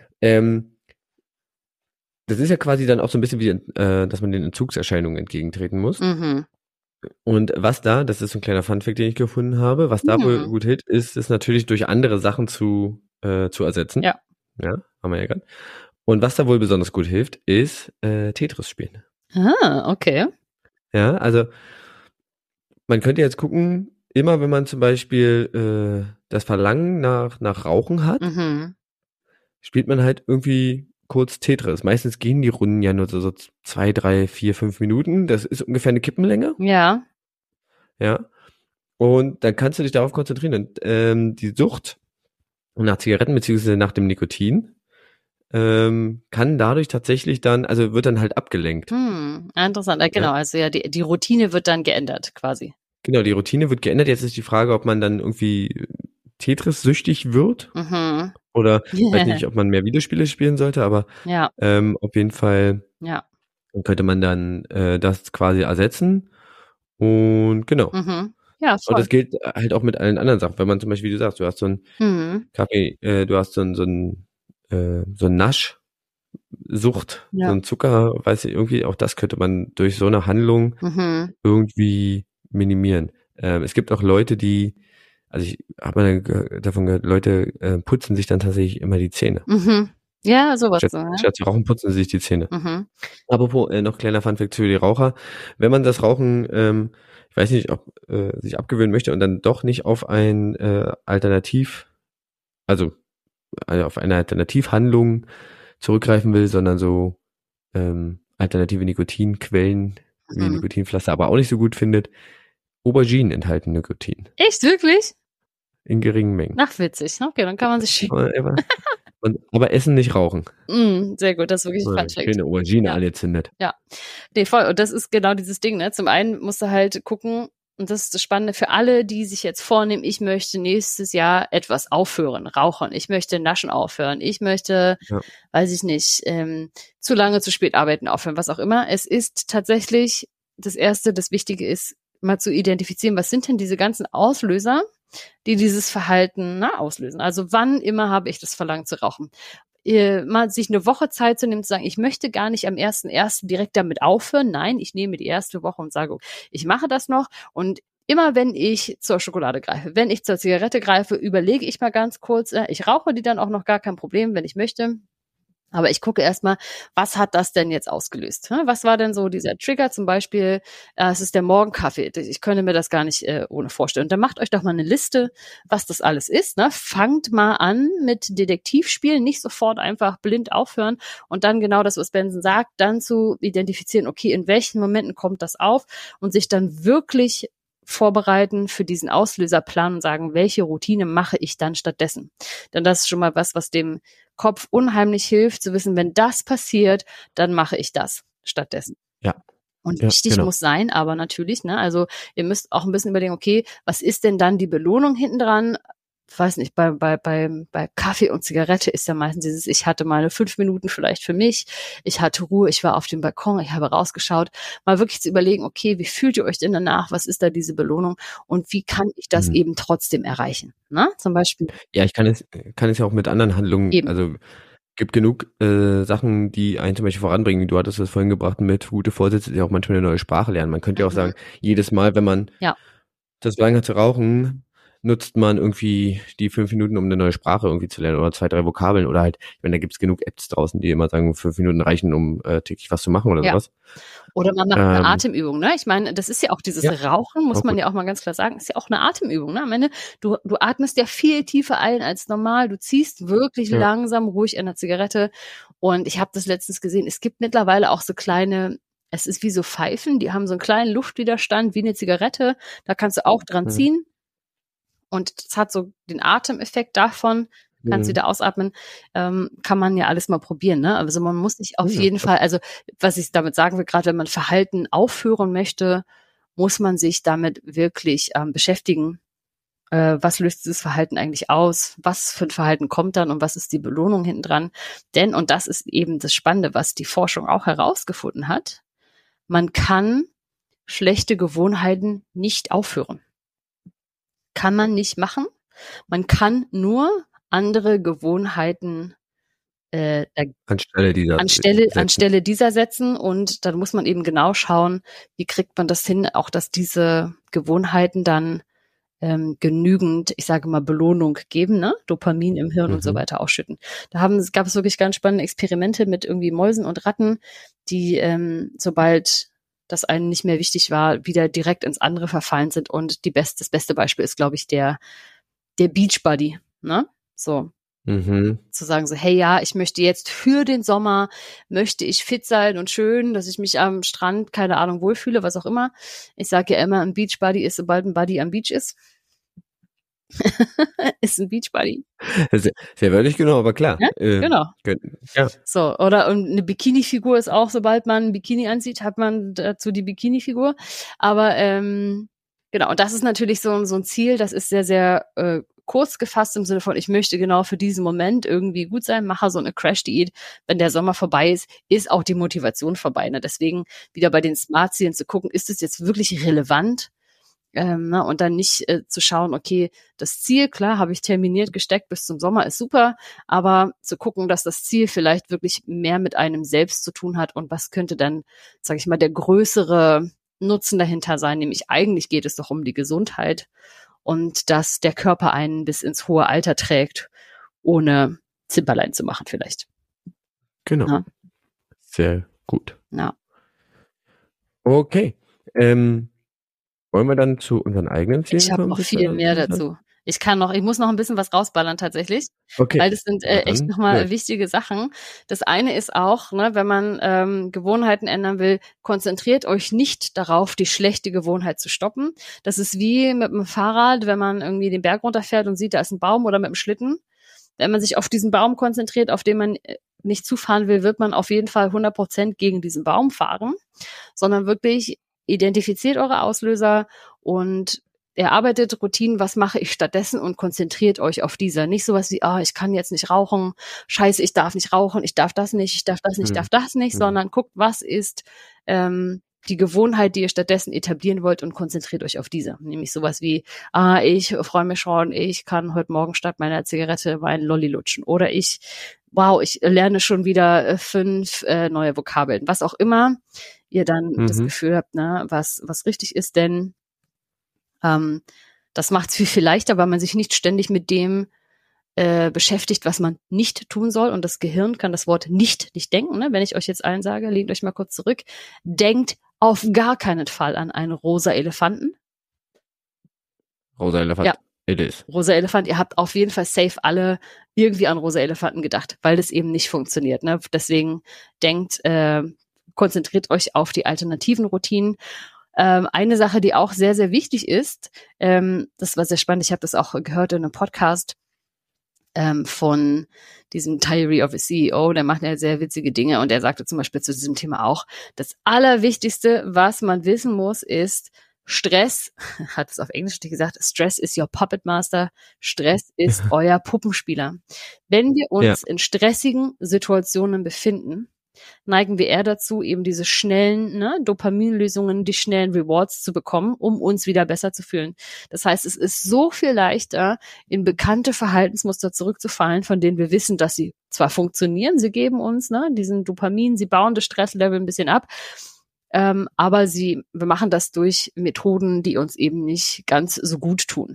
Das ist ja quasi dann auch so ein bisschen wie, dass man den Entzugserscheinungen entgegentreten muss. Und was da, das ist so ein kleiner Funfact, den ich gefunden habe, was da wohl gut hilft, ist es natürlich durch andere Sachen zu ersetzen. Ja, haben wir ja gerade. Und was da wohl besonders gut hilft, ist Tetris spielen. Ah, okay. Ja, also man könnte jetzt gucken, immer wenn man zum Beispiel das Verlangen nach Rauchen hat, spielt man halt irgendwie kurz Tetris. Meistens gehen die Runden ja nur so 2, 3, 4, 5 Minuten. Das ist ungefähr eine Kippenlänge. Ja. Ja. Und dann kannst du dich darauf konzentrieren. Und die Sucht nach Zigaretten beziehungsweise nach dem Nikotin kann dadurch tatsächlich dann, also wird dann halt abgelenkt. Interessant, genau, also ja, die Routine wird dann geändert quasi. Genau, die Routine wird geändert. Jetzt ist die Frage, ob man dann irgendwie Tetris-süchtig wird oder weiß nicht, ob man mehr Videospiele spielen sollte, aber auf jeden Fall könnte man dann das quasi ersetzen und genau. Ja, voll. Und das gilt halt auch mit allen anderen Sachen. Wenn man zum Beispiel, wie du sagst, du hast so einen Kaffee, du hast so einen so Naschsucht, so ein Zucker, weiß ich, irgendwie, auch das könnte man durch so eine Handlung irgendwie minimieren. Es gibt auch Leute, die, also ich habe mal davon gehört, Leute putzen sich dann tatsächlich immer die Zähne. Ja, sowas Statt, so. Ja? Statt zu rauchen, putzen sie sich die Zähne. Apropos, noch kleiner Funfact für die Raucher. Wenn man das Rauchen, ich weiß nicht, ob sich abgewöhnen möchte und dann doch nicht auf ein also auf eine Alternativhandlung zurückgreifen will, sondern so alternative Nikotinquellen wie Nikotinpflaster, aber auch nicht so gut findet, Auberginen enthalten Nikotin. Echt, wirklich? In geringen Mengen. Ach, witzig. Okay, dann kann man sich aber essen, nicht rauchen. Sehr gut, das ist wirklich perfekt. Schöne Aubergine angezündet. Ja, nee, voll. Und das ist genau dieses Ding, ne? Zum einen musst du halt gucken, und das ist das Spannende für alle, die sich jetzt vornehmen, ich möchte nächstes Jahr etwas aufhören, rauchen. Ich möchte naschen aufhören. Ich möchte, weiß ich nicht, zu lange, zu spät arbeiten aufhören, was auch immer. Es ist tatsächlich das Erste, das Wichtige ist, mal zu identifizieren, was sind denn diese ganzen Auslöser, die dieses Verhalten auslösen. Also wann immer habe ich das Verlangen zu rauchen. Mal sich eine Woche Zeit zu nehmen, zu sagen, ich möchte gar nicht am 1.1. direkt damit aufhören. Nein, ich nehme die erste Woche und sage, ich mache das noch. Und immer wenn ich zur Schokolade greife, wenn ich zur Zigarette greife, überlege ich mal ganz kurz, ich rauche die dann auch noch, gar kein Problem, wenn ich möchte. Aber ich gucke erstmal, was hat das denn jetzt ausgelöst? Was war denn so dieser Trigger? Zum Beispiel, es ist der Morgenkaffee. Ich könnte mir das gar nicht ohne vorstellen. Und dann macht euch doch mal eine Liste, was das alles ist. Ne? Fangt mal an mit Detektivspielen, nicht sofort einfach blind aufhören und dann genau das, was Benson sagt, dann zu identifizieren, okay, in welchen Momenten kommt das auf und sich dann wirklich vorbereiten für diesen Auslöserplan und sagen, welche Routine mache ich dann stattdessen? Denn das ist schon mal was dem Kopf unheimlich hilft, zu wissen, wenn das passiert, dann mache ich das stattdessen. Ja. Und wichtig muss sein, aber natürlich, ne, also ihr müsst auch ein bisschen überlegen, okay, was ist denn dann die Belohnung hinten dran? Ich weiß nicht, bei Kaffee und Zigarette ist ja meistens dieses, ich hatte meine 5 Minuten vielleicht für mich, ich hatte Ruhe, ich war auf dem Balkon, ich habe rausgeschaut, mal wirklich zu überlegen, okay, wie fühlt ihr euch denn danach, was ist da diese Belohnung und wie kann ich das eben trotzdem erreichen, ne, zum Beispiel. Ja, ich kann es ja auch mit anderen Handlungen, also gibt genug Sachen, die einen zum Beispiel voranbringen. Du hattest das vorhin gebracht mit gute Vorsätze, ja auch manchmal eine neue Sprache lernen. Man könnte ja auch sagen, jedes Mal, wenn man das Verlangen hat zu rauchen, nutzt man irgendwie die 5 Minuten, um eine neue Sprache irgendwie zu lernen oder 2, 3 Vokabeln oder halt, ich meine, da gibt's genug Apps draußen, die immer sagen, 5 Minuten reichen, um täglich was zu machen oder sowas. Oder man macht eine Atemübung, ne? Ich meine, das ist ja auch dieses Rauchen, muss man ja auch mal ganz klar sagen, ist ja auch eine Atemübung, ne? Am Ende, du atmest ja viel tiefer ein als normal, du ziehst wirklich langsam ruhig an der Zigarette und ich habe das letztens gesehen, es gibt mittlerweile auch so kleine, es ist wie so Pfeifen, die haben so einen kleinen Luftwiderstand wie eine Zigarette, da kannst du auch dran ziehen und das hat so den Atemeffekt davon, kannst wieder ausatmen, kann man ja alles mal probieren, ne? Also man muss sich auf jeden Fall, also was ich damit sagen will, gerade wenn man Verhalten aufhören möchte, muss man sich damit wirklich beschäftigen. Was löst dieses Verhalten eigentlich aus? Was für ein Verhalten kommt dann und was ist die Belohnung hinten dran? Denn, und das ist eben das Spannende, was die Forschung auch herausgefunden hat, man kann schlechte Gewohnheiten nicht aufhören. Kann man nicht machen. Man kann nur andere Gewohnheiten anstelle dieser setzen und dann muss man eben genau schauen, wie kriegt man das hin, auch dass diese Gewohnheiten dann genügend, ich sage mal, Belohnung geben, ne? Dopamin im Hirn und so weiter ausschütten. Gab es wirklich ganz spannende Experimente mit irgendwie Mäusen und Ratten, die sobald das einen nicht mehr wichtig war, wieder direkt ins andere verfallen sind und das beste Beispiel ist, glaube ich, der Beachbody, ne? So. Zu sagen so, hey, ja, ich möchte jetzt für den Sommer, möchte ich fit sein und schön, dass ich mich am Strand, keine Ahnung, wohlfühle, was auch immer. Ich sage ja immer, ein Beachbody ist, sobald ein Buddy am Beach ist. Ist ein Beachbody. Sehr wörtlich genau, aber klar. Ja, genau. Ja. So, oder und eine Bikini-Figur ist auch, sobald man ein Bikini anzieht, hat man dazu die Bikini-Figur. Aber genau, und das ist natürlich so ein Ziel, das ist sehr, sehr kurz gefasst im Sinne von, ich möchte genau für diesen Moment irgendwie gut sein, mache so eine Crash-Diät. Wenn der Sommer vorbei ist auch die Motivation vorbei. Ne? Deswegen wieder bei den Smart-Zielen zu gucken, ist es jetzt wirklich relevant? Und dann nicht zu schauen, okay, das Ziel, klar, habe ich terminiert, gesteckt bis zum Sommer, ist super, aber zu gucken, dass das Ziel vielleicht wirklich mehr mit einem selbst zu tun hat und was könnte dann, sage ich mal, der größere Nutzen dahinter sein, nämlich eigentlich geht es doch um die Gesundheit und dass der Körper einen bis ins hohe Alter trägt, ohne Zimperlein zu machen vielleicht. Genau. Ja. Sehr gut. Ja. Okay. Wollen wir dann zu unseren eigenen Zielen kommen? Ich habe noch viel mehr dazu. Ich muss noch ein bisschen was rausballern tatsächlich, weil das sind echt nochmal wichtige Sachen. Das eine ist auch, ne, wenn man Gewohnheiten ändern will, konzentriert euch nicht darauf, die schlechte Gewohnheit zu stoppen. Das ist wie mit dem Fahrrad, wenn man irgendwie den Berg runterfährt und sieht, da ist ein Baum oder mit dem Schlitten. Wenn man sich auf diesen Baum konzentriert, auf den man nicht zufahren will, wird man auf jeden Fall 100% gegen diesen Baum fahren, sondern wirklich identifiziert eure Auslöser und erarbeitet Routinen, was mache ich stattdessen und konzentriert euch auf diese. Nicht sowas wie, ich kann jetzt nicht rauchen, scheiße, ich darf nicht rauchen, ich darf das nicht, ich darf das nicht, ich darf das nicht, sondern guckt, was ist die Gewohnheit, die ihr stattdessen etablieren wollt und konzentriert euch auf diese. Nämlich sowas wie, ich freue mich schon, ich kann heute Morgen statt meiner Zigarette meinen Lolli lutschen. Oder ich lerne schon wieder 5 neue Vokabeln. Was auch immer ihr dann das Gefühl habt, ne, was richtig ist, denn das macht es viel leichter, weil man sich nicht ständig mit dem beschäftigt, was man nicht tun soll. Und das Gehirn kann das Wort nicht denken. Ne? Wenn ich euch jetzt allen sage, lehnt euch mal kurz zurück, denkt auf gar keinen Fall an einen rosa Elefanten. Rosa Elefant, ja. It is. Rosa Elefant, ihr habt auf jeden Fall safe alle irgendwie an rosa Elefanten gedacht, weil das eben nicht funktioniert. Ne? Deswegen konzentriert euch auf die alternativen Routinen. Eine Sache, die auch sehr, sehr wichtig ist, das war sehr spannend, ich habe das auch gehört in einem Podcast von diesem Diary of a CEO, der macht ja sehr witzige Dinge und er sagte zum Beispiel zu diesem Thema auch, das Allerwichtigste, was man wissen muss, ist Stress, hat es auf Englisch gesagt, Stress is your puppet master, Stress ist euer Puppenspieler. Wenn wir uns in stressigen Situationen befinden, neigen wir eher dazu, eben diese schnellen Dopaminlösungen, die schnellen Rewards zu bekommen, um uns wieder besser zu fühlen. Das heißt, es ist so viel leichter, in bekannte Verhaltensmuster zurückzufallen, von denen wir wissen, dass sie zwar funktionieren, sie geben uns diesen Dopamin, sie bauen das Stresslevel ein bisschen ab, aber wir machen das durch Methoden, die uns eben nicht ganz so gut tun.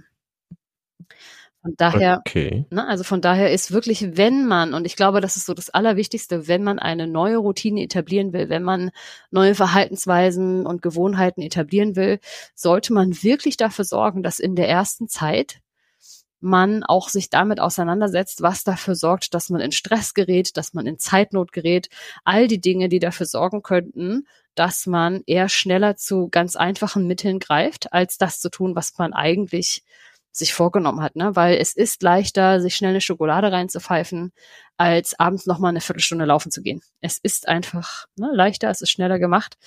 Von daher, von daher ist wirklich, wenn man, und ich glaube, das ist so das Allerwichtigste, wenn man eine neue Routine etablieren will, wenn man neue Verhaltensweisen und Gewohnheiten etablieren will, sollte man wirklich dafür sorgen, dass in der ersten Zeit man auch sich damit auseinandersetzt, was dafür sorgt, dass man in Stress gerät, dass man in Zeitnot gerät, all die Dinge, die dafür sorgen könnten, dass man eher schneller zu ganz einfachen Mitteln greift, als das zu tun, was man eigentlich sich vorgenommen hat, ne? Weil es ist leichter, sich schnell eine Schokolade reinzupfeifen, als abends nochmal eine Viertelstunde laufen zu gehen. Es ist einfach leichter, es ist schneller gemacht.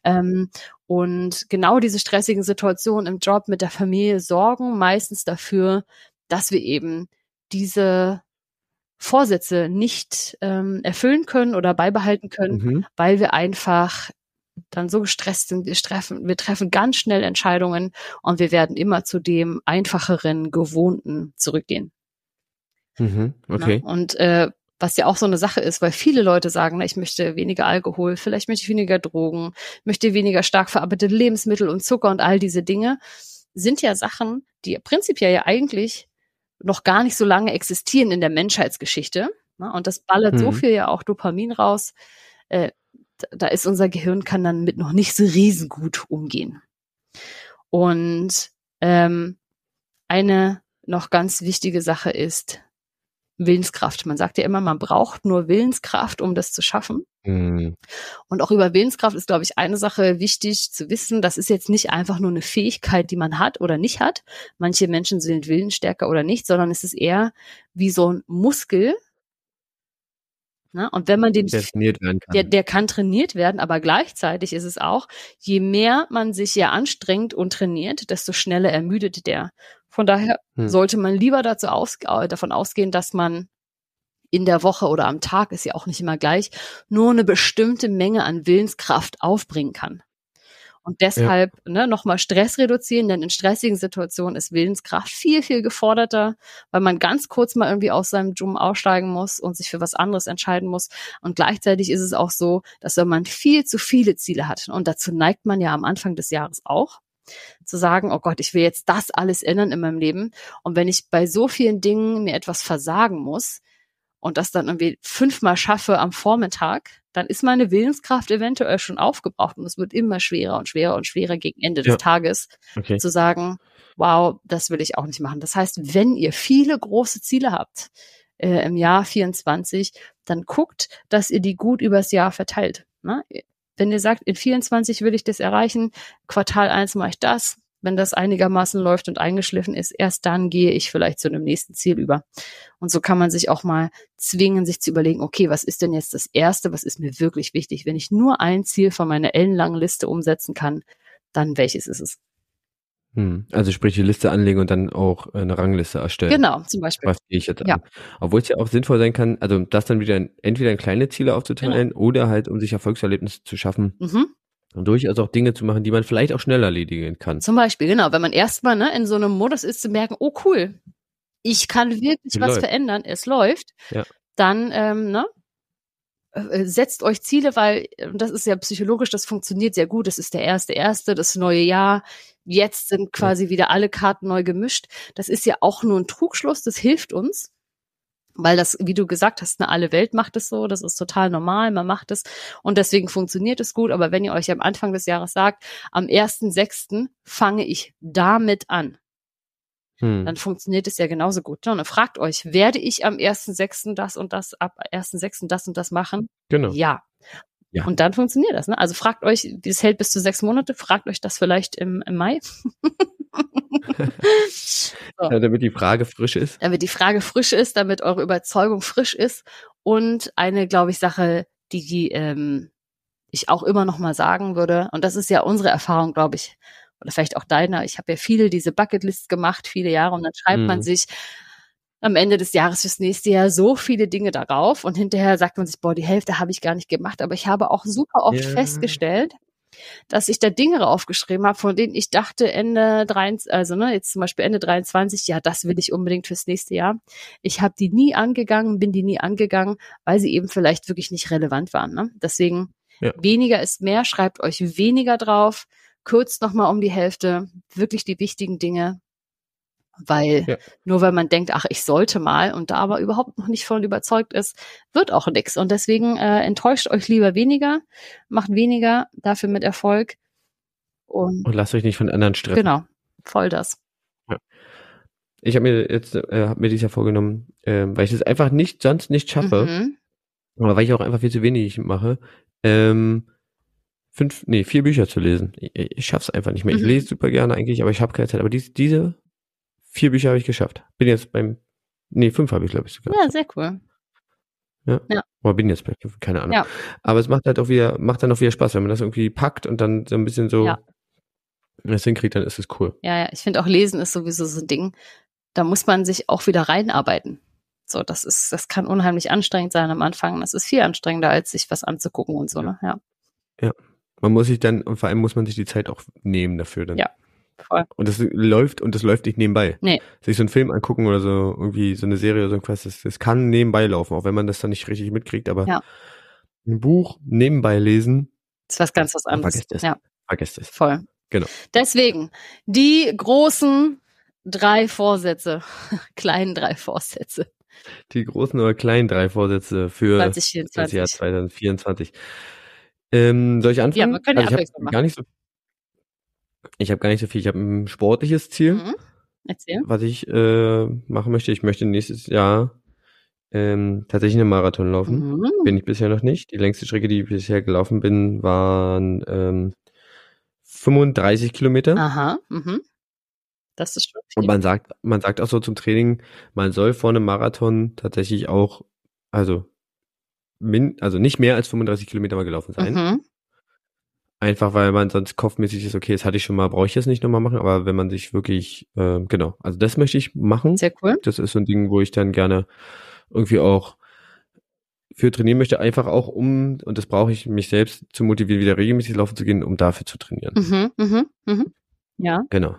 Und genau diese stressigen Situationen im Job mit der Familie sorgen meistens dafür, dass wir eben diese Vorsätze nicht erfüllen können oder beibehalten können, weil wir einfach dann so gestresst sind, wir treffen ganz schnell Entscheidungen und wir werden immer zu dem einfacheren, gewohnten zurückgehen. Okay. Und was ja auch so eine Sache ist, weil viele Leute sagen, ich möchte weniger Alkohol, vielleicht möchte ich weniger Drogen, möchte weniger stark verarbeitete Lebensmittel und Zucker und all diese Dinge, sind ja Sachen, die prinzipiell ja eigentlich noch gar nicht so lange existieren in der Menschheitsgeschichte. Und das ballert so viel ja auch Dopamin raus, da ist unser Gehirn, kann dann mit noch nicht so riesengut umgehen. Und eine noch ganz wichtige Sache ist Willenskraft. Man sagt ja immer, man braucht nur Willenskraft, um das zu schaffen. Und auch über Willenskraft ist, glaube ich, eine Sache wichtig zu wissen. Das ist jetzt nicht einfach nur eine Fähigkeit, die man hat oder nicht hat. Manche Menschen sind willensstärker oder nicht, sondern es ist eher wie so ein Muskel. Und wenn man den trainiert werden kann. Der kann trainiert werden, aber gleichzeitig ist es auch, je mehr man sich ja anstrengt und trainiert, desto schneller ermüdet der. Von daher sollte man lieber davon ausgehen, dass man in der Woche oder am Tag, ist ja auch nicht immer gleich, nur eine bestimmte Menge an Willenskraft aufbringen kann. Und deshalb nochmal Stress reduzieren, denn in stressigen Situationen ist Willenskraft viel, viel geforderter, weil man ganz kurz mal irgendwie aus seinem Joom aussteigen muss und sich für was anderes entscheiden muss. Und gleichzeitig ist es auch so, dass wenn man viel zu viele Ziele hat, und dazu neigt man ja am Anfang des Jahres auch, zu sagen, oh Gott, ich will jetzt das alles ändern in meinem Leben. Und wenn ich bei so vielen Dingen mir etwas versagen muss und das dann irgendwie 5-mal schaffe am Vormittag, dann ist meine Willenskraft eventuell schon aufgebraucht und es wird immer schwerer und schwerer und schwerer gegen Ende des Tages zu sagen, wow, das will ich auch nicht machen. Das heißt, wenn ihr viele große Ziele habt im Jahr 24, dann guckt, dass ihr die gut übers Jahr verteilt. Ne? Wenn ihr sagt, in 24 will ich das erreichen, Quartal 1 mache ich das, wenn das einigermaßen läuft und eingeschliffen ist, erst dann gehe ich vielleicht zu einem nächsten Ziel über. Und so kann man sich auch mal zwingen, sich zu überlegen, okay, was ist denn jetzt das Erste, was ist mir wirklich wichtig? Wenn ich nur ein Ziel von meiner ellenlangen Liste umsetzen kann, dann welches ist es? Also sprich die Liste anlegen und dann auch eine Rangliste erstellen. Genau, zum Beispiel. Was gehe ich jetzt an? Obwohl es ja auch sinnvoll sein kann, also das dann wieder entweder in kleine Ziele aufzuteilen oder halt, um sich Erfolgserlebnisse zu schaffen. Und durchaus auch Dinge zu machen, die man vielleicht auch schnell erledigen kann. Zum Beispiel, genau, wenn man erstmal in so einem Modus ist, zu merken, oh cool, ich kann wirklich was verändern, es läuft, dann setzt euch Ziele, weil das ist ja psychologisch, das funktioniert sehr gut, das ist der 1.1., das neue Jahr, jetzt sind quasi wieder alle Karten neu gemischt. Das ist ja auch nur ein Trugschluss, das hilft uns. Weil das, wie du gesagt hast, alle Welt macht es so, das ist total normal, man macht es und deswegen funktioniert es gut. Aber wenn ihr euch am Anfang des Jahres sagt, am 1.6. fange ich damit an, dann funktioniert es ja genauso gut. Und dann fragt euch, werde ich am 1.6. das und das, ab 1.6. das und das machen? Genau. Ja. Und dann funktioniert das. Ne? Also fragt euch, das hält bis zu 6 Monate, fragt euch das vielleicht im Mai. Ja, damit die Frage frisch ist. Damit die Frage frisch ist, damit eure Überzeugung frisch ist. Und eine, glaube ich, Sache, die ich auch immer noch mal sagen würde, und das ist ja unsere Erfahrung, glaube ich, oder vielleicht auch deine, ich habe ja viele diese Bucketlists gemacht, viele Jahre, und dann schreibt man sich am Ende des Jahres fürs nächste Jahr so viele Dinge darauf und hinterher sagt man sich, boah, die Hälfte habe ich gar nicht gemacht, aber ich habe auch super oft festgestellt, dass ich da Dinge aufgeschrieben habe, von denen ich dachte Ende 23, also jetzt zum Beispiel Ende 23, ja, das will ich unbedingt fürs nächste Jahr. Ich habe die nie angegangen, bin die nie angegangen, weil sie eben vielleicht wirklich nicht relevant waren. Ne? Deswegen weniger ist mehr, schreibt euch weniger drauf, kürzt nochmal um die Hälfte, wirklich die wichtigen Dinge, weil nur weil man denkt, ach, ich sollte mal und da aber überhaupt noch nicht von überzeugt ist, wird auch nichts. Und deswegen enttäuscht euch lieber weniger, macht weniger, dafür mit Erfolg. Und lasst euch nicht von anderen stressen. Genau, voll das. Ja. Ich habe mir jetzt dieses Jahr vorgenommen, weil ich das einfach sonst nicht schaffe, aber weil ich auch einfach viel zu wenig mache, 4 Bücher zu lesen. Ich schaff's einfach nicht mehr. Ich lese super gerne eigentlich, aber ich habe keine Zeit. Aber diese 4 Bücher habe ich geschafft. Bin jetzt 5 habe ich, glaube ich, sogar. Ja, sehr cool. Ja. Oder bin jetzt bei 5, keine Ahnung. Ja. Aber es macht halt auch wieder Spaß, wenn man das irgendwie packt und dann so ein bisschen so das hinkriegt, dann ist es cool. Ja, ich finde auch Lesen ist sowieso so ein Ding. Da muss man sich auch wieder reinarbeiten. So, das kann unheimlich anstrengend sein am Anfang. Das ist viel anstrengender, als sich was anzugucken und so, ne? Ja. Man muss sich dann, und vor allem muss man sich die Zeit auch nehmen dafür dann. Ja. Voll. Und das läuft nicht nebenbei. Nee. Sich so einen Film angucken oder so, irgendwie so eine Serie oder so irgendwas, das kann nebenbei laufen, auch wenn man das dann nicht richtig mitkriegt, aber ein Buch nebenbei lesen. Das ist was anderes. Vergesst es. Vergesst es. Voll. Genau. Deswegen, die großen 3 Vorsätze, kleinen 3 Vorsätze. Die großen oder kleinen 3 Vorsätze für 2024. Das Jahr 2024. Soll ich anfangen? Ja, wir können ich habe gar nicht so viel. Ich habe ein sportliches Ziel, Erzähl. was ich machen möchte. Ich möchte nächstes Jahr tatsächlich einen Marathon laufen. Bin ich bisher noch nicht. Die längste Strecke, die ich bisher gelaufen bin, waren 35 Kilometer. Aha. Das ist schon viel. Und man sagt auch so zum Training, man soll vor einem Marathon tatsächlich auch, also nicht mehr als 35 Kilometer mal gelaufen sein. Einfach, weil man sonst kopfmäßig ist, okay, das hatte ich schon mal, brauche ich das nicht nochmal machen, aber wenn man sich wirklich, also das möchte ich machen. Sehr cool. Das ist so ein Ding, wo ich dann gerne irgendwie auch für trainieren möchte, einfach auch und das brauche ich, mich selbst zu motivieren, wieder regelmäßig laufen zu gehen, um dafür zu trainieren. Ja. Genau.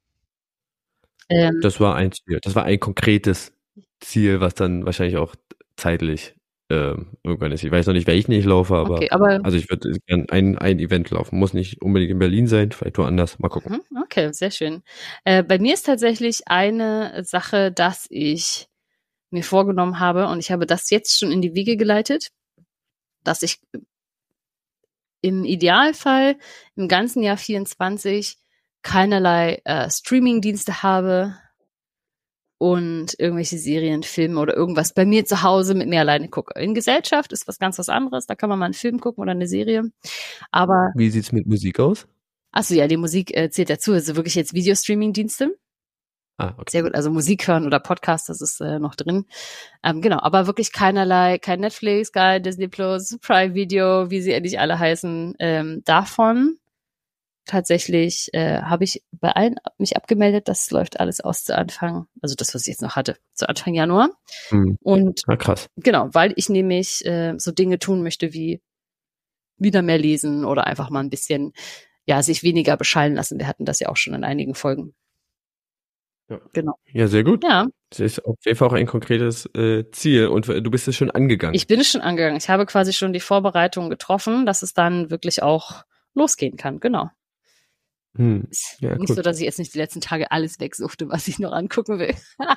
Das war ein Ziel. Das war ein konkretes Ziel, was dann wahrscheinlich auch zeitlich irgendwann ist. Ich weiß noch nicht, welchen ich laufe, aber also ich würde gerne ein Event laufen. Muss nicht unbedingt in Berlin sein, vielleicht woanders. Mal gucken. Okay, sehr schön. Bei mir ist tatsächlich eine Sache, dass ich mir vorgenommen habe, und ich habe das jetzt schon in die Wege geleitet, dass ich im Idealfall im ganzen Jahr 24 keinerlei Streaming-Dienste habe und irgendwelche Serien, Filme oder irgendwas bei mir zu Hause mit mir alleine gucke. In Gesellschaft ist was anderes, da kann man mal einen Film gucken oder eine Serie. Aber wie sieht's mit Musik aus? Achso, ja, die Musik zählt dazu. Also wirklich jetzt Videostreaming-Dienste. Okay. Sehr gut, also Musik hören oder Podcast, das ist noch drin. Genau, aber wirklich keinerlei, kein Netflix, Sky, Disney Plus, Prime Video, wie sie endlich alle heißen. Davon tatsächlich habe ich bei allen mich abgemeldet. Das läuft alles aus zu Anfang, also das, was ich jetzt noch hatte, zu Anfang Januar. Und krass. Genau, weil ich nämlich so Dinge tun möchte wie wieder mehr lesen oder einfach mal ein bisschen, ja, sich weniger beschallen lassen. Wir hatten das ja auch schon in einigen Folgen. Ja. Genau. Ja, sehr gut. Ja. Das ist auf jeden Fall auch ein konkretes Ziel und du bist es schon angegangen. Ich bin es schon angegangen. Ich habe quasi schon die Vorbereitung getroffen, dass es dann wirklich auch losgehen kann. Genau. Ja, nicht so, dass ich jetzt nicht die letzten Tage alles wegsuchte, was ich noch angucken will.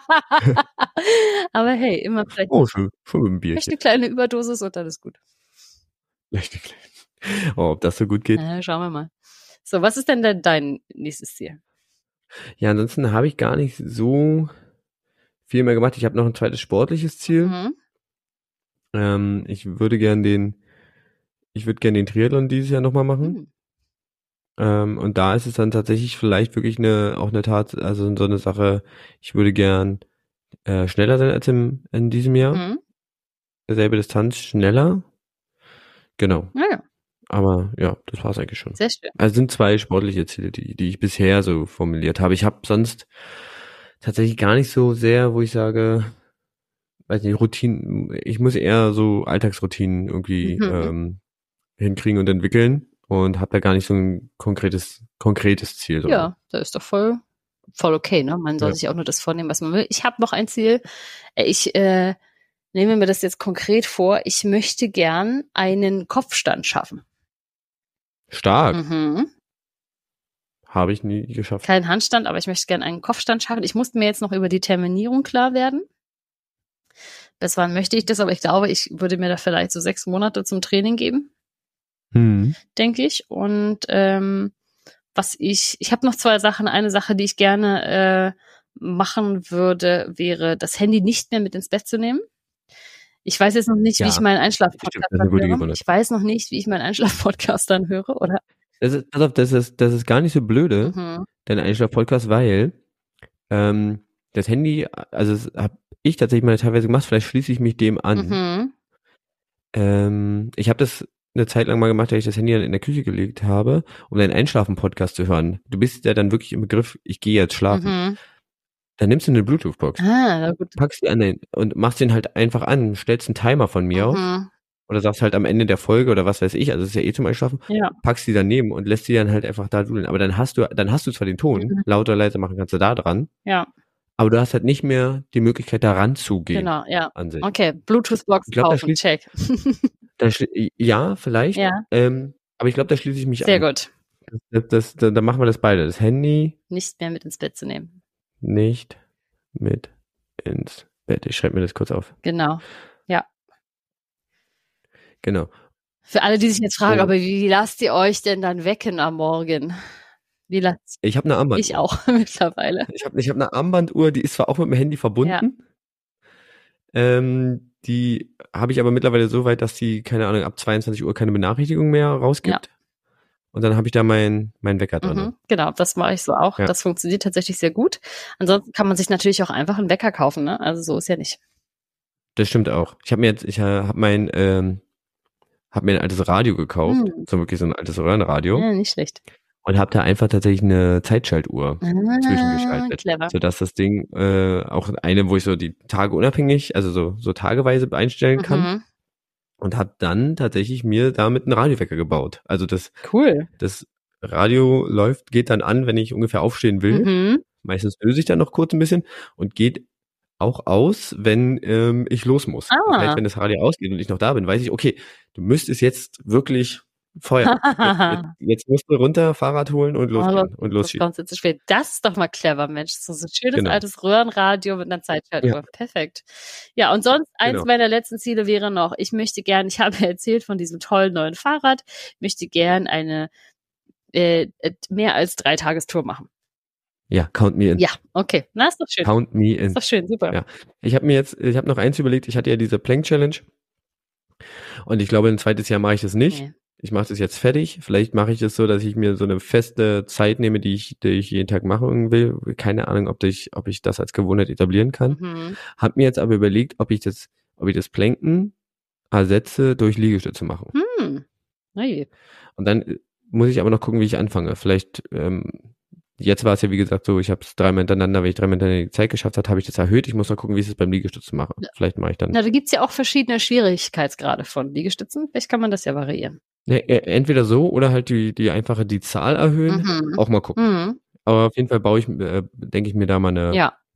Aber hey, immer vielleicht schon ein Bierchen. eine kleine Überdosis und dann ist gut. Ob das so gut geht? Schauen wir mal. So, was ist denn dein nächstes Ziel? Ja, ansonsten habe ich gar nicht so viel mehr gemacht. Ich habe noch ein zweites sportliches Ziel. Ich würde gern den Triathlon dieses Jahr nochmal machen. Und da ist es dann tatsächlich vielleicht wirklich also so eine Sache, ich würde gern schneller sein als in diesem Jahr. Selbe Distanz, schneller. Genau. Ja. Aber ja, das war's eigentlich schon. Sehr schön. Also sind zwei sportliche Ziele, die ich bisher so formuliert habe. Ich habe sonst tatsächlich gar nicht so sehr, wo ich sage, weiß nicht, Routinen, ich muss eher so Alltagsroutinen irgendwie hinkriegen und entwickeln und habe da gar nicht so ein konkretes Ziel drin. Ja, das ist doch voll okay, ne? Man soll sich auch nur das vornehmen, was man will. Ich habe noch ein Ziel. Ich nehme mir das jetzt konkret vor. Ich möchte gern einen Kopfstand schaffen. Stark. Habe ich nie geschafft. Kein Handstand, aber ich möchte gern einen Kopfstand schaffen. Ich musste mir jetzt noch über die Terminierung klar werden. Bis wann möchte ich das? Aber ich glaube, ich würde mir da vielleicht so 6 Monate zum Training geben. Denke ich. Und ich habe noch 2 Sachen. Eine Sache, die ich gerne machen würde, wäre, das Handy nicht mehr mit ins Bett zu nehmen. Ich weiß jetzt noch nicht, wie ich meinen Einschlaf-Podcast dann höre. Ich weiß noch nicht, wie ich meinen Einschlaf-Podcast dann höre, oder? Das ist gar nicht so blöde, dein Einschlaf-Podcast, weil das Handy, also das habe ich tatsächlich mal teilweise gemacht, vielleicht schließe ich mich dem an. Ich habe das eine Zeit lang mal gemacht, dass ich das Handy dann in der Küche gelegt habe, um deinen Einschlafen-Podcast zu hören. Du bist ja dann wirklich im Begriff, ich gehe jetzt schlafen. Dann nimmst du eine Bluetooth-Box, packst die an und machst den halt einfach an, stellst einen Timer von mir auf oder sagst halt am Ende der Folge oder was weiß ich, also das ist ja zum Einschlafen, packst die daneben und lässt die dann halt einfach da dudeln. Aber dann hast du zwar den Ton, lauter, leiser machen kannst du da dran, aber du hast halt nicht mehr die Möglichkeit, da ranzugehen. Genau, ja. An sich. Okay, Bluetooth-Box kaufen, check. Ja, vielleicht, aber ich glaube, da schließe ich mich an. Sehr gut. Da machen wir das beide. Das Handy nicht mehr mit ins Bett zu nehmen. Nicht mit ins Bett. Ich schreibe mir das kurz auf. Genau, ja. Genau. Für alle, die sich jetzt fragen, aber wie lasst ihr euch denn dann wecken am Morgen? Ich habe eine Armbanduhr. Ich auch mittlerweile. Ich hab eine Armbanduhr, die ist zwar auch mit dem Handy verbunden. Ja. Die habe ich aber mittlerweile so weit, dass die, keine Ahnung, ab 22 Uhr keine Benachrichtigung mehr rausgibt. Ja. Und dann habe ich da mein Wecker drin. Genau, das mache ich so auch. Ja. Das funktioniert tatsächlich sehr gut. Ansonsten kann man sich natürlich auch einfach einen Wecker kaufen, ne? Also so ist ja nicht. Das stimmt auch. Ich habe mir ein altes Radio gekauft. So wirklich so ein altes Röhrenradio. Ja, nicht schlecht. Und habe da einfach tatsächlich eine Zeitschaltuhr zwischengeschaltet. Clever. Sodass das Ding auch wo ich so die Tage unabhängig, also so tageweise einstellen kann. und habe dann tatsächlich mir damit einen Radiowecker gebaut. Also das Radio geht dann an, wenn ich ungefähr aufstehen will. Mhm. Meistens löse ich dann noch kurz ein bisschen und geht auch aus, wenn ich los muss. Das heißt, wenn das Radio ausgeht und ich noch da bin, weiß ich, okay, du müsstest jetzt wirklich feuern. Jetzt musst du runter, Fahrrad holen und losgehen und losschießen. Das zu spät. Das ist doch mal clever, Mensch. So ein schönes altes Röhrenradio mit einer Zeitschaltuhr. Ja. Perfekt. Ja, und sonst eins meiner letzten Ziele wäre noch, ich habe erzählt von diesem tollen neuen Fahrrad, möchte gern eine mehr als 3-Tagestour machen. Ja, count me in. Ja, okay. Na, ist doch schön. Count me in. Ist doch schön, super. Ja. Ich habe noch eins überlegt, ich hatte ja diese Plank-Challenge und ich glaube, ein zweites Jahr mache ich das nicht. Nee. Ich mache das jetzt fertig. Vielleicht mache ich das so, dass ich mir so eine feste Zeit nehme, die ich jeden Tag machen will. Keine Ahnung, ob ich das als Gewohnheit etablieren kann. Mhm. Hab mir jetzt aber überlegt, ob ich das Planken ersetze durch Liegestütze machen. Hey. Und dann muss ich aber noch gucken, wie ich anfange. Vielleicht jetzt war es ja, wie gesagt, so, ich habe es 3-mal hintereinander, wenn ich 3-mal hintereinander die Zeit geschafft habe, habe ich das erhöht. Ich muss noch gucken, wie ich es beim Liegestützen mache. Ja. Vielleicht mache ich dann. Na, da gibt's ja auch verschiedene Schwierigkeitsgrade von Liegestützen. Vielleicht kann man das ja variieren. Ja, entweder so oder halt die einfache die Zahl erhöhen. Auch mal gucken. Mhm. Aber auf jeden Fall denke ich mir da mal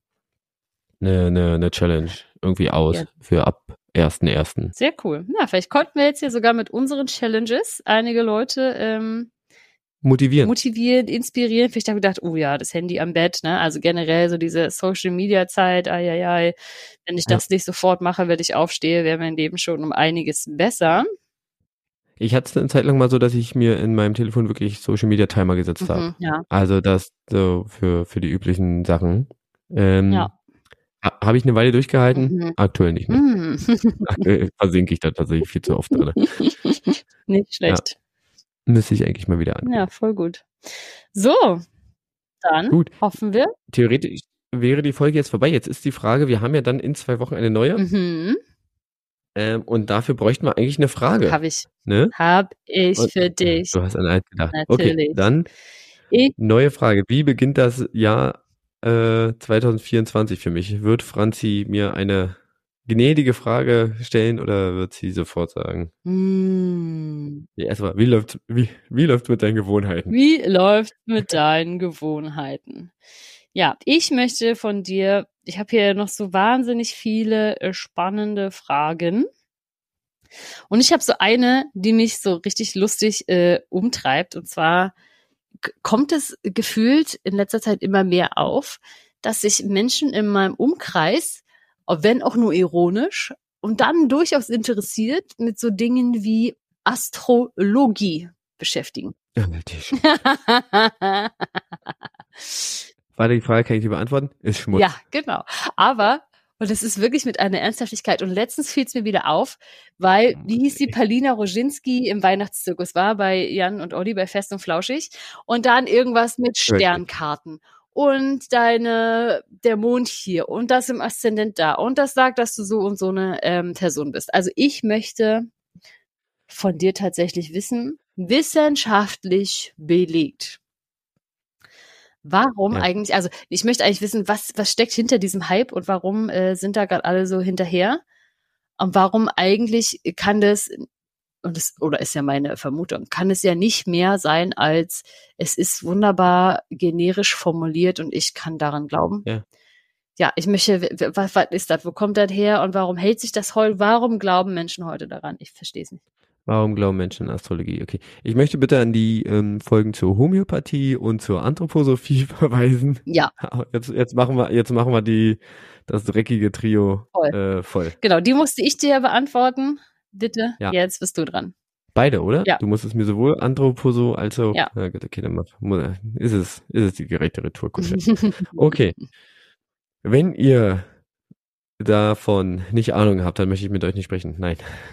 eine Challenge irgendwie aus für ab 1.1. Sehr cool. Na, vielleicht konnten wir jetzt hier sogar mit unseren Challenges einige Leute motivieren, inspirieren. Vielleicht habe ich gedacht, oh ja, das Handy am Bett, ne? Also generell so diese Social-Media-Zeit, wenn ich das nicht sofort mache, wenn ich aufstehe, wäre mein Leben schon um einiges besser. Ich hatte es eine Zeit lang mal so, dass ich mir in meinem Telefon wirklich Social-Media-Timer gesetzt habe. Ja. Also das so für die üblichen Sachen. Habe ich eine Weile durchgehalten, aktuell nicht mehr. Aktuell versinke ich da tatsächlich viel zu oft drin. Nicht schlecht. Ja. Müsste ich eigentlich mal wieder an. Ja, voll gut. So, dann hoffen wir. Theoretisch wäre die Folge jetzt vorbei. Jetzt ist die Frage, wir haben ja dann in 2 Wochen eine neue. Mhm. Und dafür bräuchten wir eigentlich eine Frage. Habe ich. Ne? Hab ich für dich. Du hast an eins gedacht. Natürlich. Okay, dann neue Frage. Wie beginnt das Jahr 2024 für mich? Wird Franzi mir eine gnädige Frage stellen oder wird sie sofort sagen? Erstmal, wie läuft mit deinen Gewohnheiten? Wie läuft mit deinen Gewohnheiten? Ja, ich möchte von dir, ich habe hier noch so wahnsinnig viele spannende Fragen. Und ich habe so eine, die mich so richtig lustig umtreibt. Und zwar kommt es gefühlt in letzter Zeit immer mehr auf, dass sich Menschen in meinem Umkreis, wenn auch nur ironisch, und dann durchaus interessiert mit so Dingen wie Astrologie beschäftigen. Warte, die Frage kann ich dir beantworten? Ist Schmutz. Ja, genau. Aber, und das ist wirklich mit einer Ernsthaftigkeit. Und letztens fiel es mir wieder auf, weil, wie hieß die, Palina Roginski im Weihnachtszirkus war, bei Jan und Olli bei Fest und Flauschig. Und dann irgendwas mit Sternkarten. Und der Mond hier und das im Aszendent da. Und das sagt, dass du so und so eine Person bist. Also ich möchte von dir tatsächlich wissen, wissenschaftlich belegt. Warum eigentlich, also ich möchte eigentlich wissen, was steckt hinter diesem Hype und warum sind da gerade alle so hinterher? Und warum eigentlich kann das, oder ist ja meine Vermutung, kann es ja nicht mehr sein, als es ist wunderbar generisch formuliert und ich kann daran glauben. Ja, ich möchte, was ist das, wo kommt das her und warum hält sich das heute, warum glauben Menschen heute daran? Ich verstehe es nicht. Warum glauben Menschen an Astrologie? Okay. Ich möchte bitte an die Folgen zur Homöopathie und zur Anthroposophie verweisen. Ja. Jetzt machen wir das dreckige Trio voll. Genau, die musste ich dir beantworten. Bitte, jetzt bist du dran. Beide, oder? Ja. Du musst es mir sowohl Anthroposo als auch. Ja. Okay, dann ist es die gerechte Retourkutsche. Okay. Wenn ihr davon nicht Ahnung habt, dann möchte ich mit euch nicht sprechen. Nein.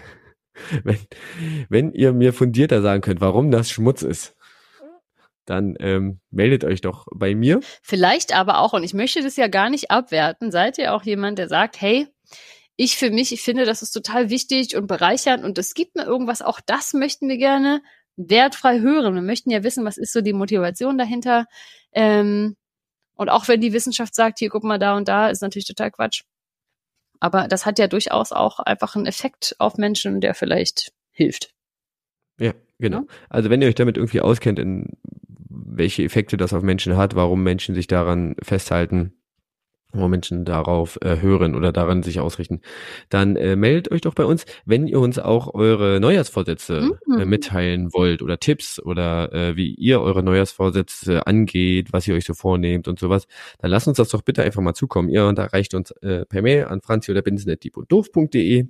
Wenn ihr mir fundierter sagen könnt, warum das Schmutz ist, dann meldet euch doch bei mir. Vielleicht aber auch, und ich möchte das ja gar nicht abwerten, seid ihr auch jemand, der sagt, hey, ich finde, das ist total wichtig und bereichernd und es gibt mir irgendwas, auch das möchten wir gerne wertfrei hören. Wir möchten ja wissen, was ist so die Motivation dahinter. Und auch wenn die Wissenschaft sagt, hier, guck mal, da und da, ist natürlich total Quatsch. aber das hat ja durchaus auch einfach einen Effekt auf Menschen, der vielleicht hilft. Ja, genau. Ja? Also wenn ihr euch damit irgendwie auskennt, in welche Effekte das auf Menschen hat, warum Menschen sich daran festhalten, wo Menschen darauf hören oder daran sich ausrichten, dann meldet euch doch bei uns, wenn ihr uns auch eure Neujahrsvorsätze mitteilen wollt oder Tipps oder wie ihr eure Neujahrsvorsätze angeht, was ihr euch so vornehmt und sowas, dann lasst uns das doch bitte einfach mal zukommen. Ihr erreicht uns per Mail an franzi oder binsen@diebunddoof.de.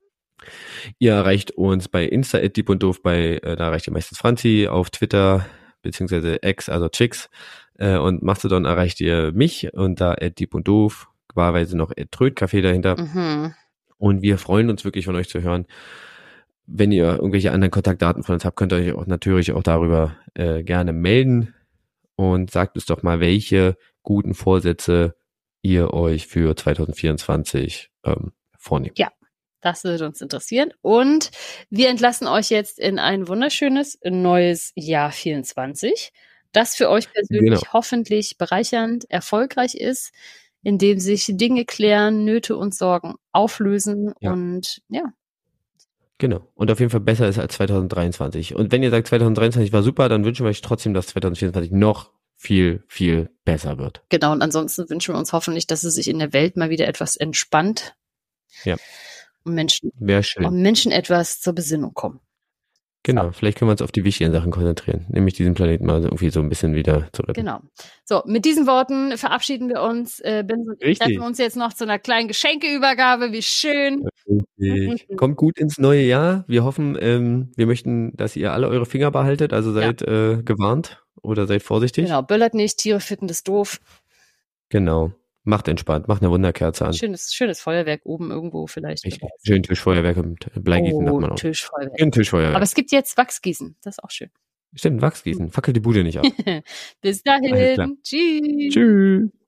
Ihr erreicht uns bei Insta @diebunddoof, da erreicht ihr meistens Franzi, auf Twitter beziehungsweise X, also Chicks, und Mastodon erreicht ihr mich und da @diebunddoof, wahlweise noch @trödcafé dahinter. Und wir freuen uns wirklich von euch zu hören. Wenn ihr irgendwelche anderen Kontaktdaten von uns habt, könnt ihr euch auch natürlich auch darüber gerne melden und sagt uns doch mal, welche guten Vorsätze ihr euch für 2024 vornehmt. Ja. Das würde uns interessieren. Und wir entlassen euch jetzt in ein wunderschönes neues Jahr 24, das für euch persönlich hoffentlich bereichernd, erfolgreich ist, in dem sich Dinge klären, Nöte und Sorgen auflösen und ja. Genau. Und auf jeden Fall besser ist als 2023. Und wenn ihr sagt, 2023 war super, dann wünschen wir euch trotzdem, dass 2024 noch viel, viel besser wird. Genau. Und ansonsten wünschen wir uns hoffentlich, dass es sich in der Welt mal wieder etwas entspannt. Ja. Und Menschen etwas zur Besinnung kommen. Genau, vielleicht können wir uns auf die wichtigen Sachen konzentrieren, nämlich diesen Planeten mal irgendwie so ein bisschen wieder zu retten. Genau. So, mit diesen Worten verabschieden wir uns. Binsen und ich treffen uns jetzt noch zu einer kleinen Geschenkeübergabe. Wie schön. Kommt gut ins neue Jahr. Wir hoffen, wir möchten, dass ihr alle eure Finger behaltet, also seid gewarnt oder seid vorsichtig. Genau, böllert nicht, Tiere fitten ist doof. Genau. Macht entspannt, macht eine Wunderkerze an. Schönes Feuerwerk oben irgendwo vielleicht. Schön Tischfeuerwerk und Bleigießen macht man auch. Tischfeuerwerk. Aber es gibt jetzt Wachsgießen, das ist auch schön. Stimmt, Wachsgießen. Fackelt die Bude nicht ab. Bis dahin. Tschüss. Tschüss.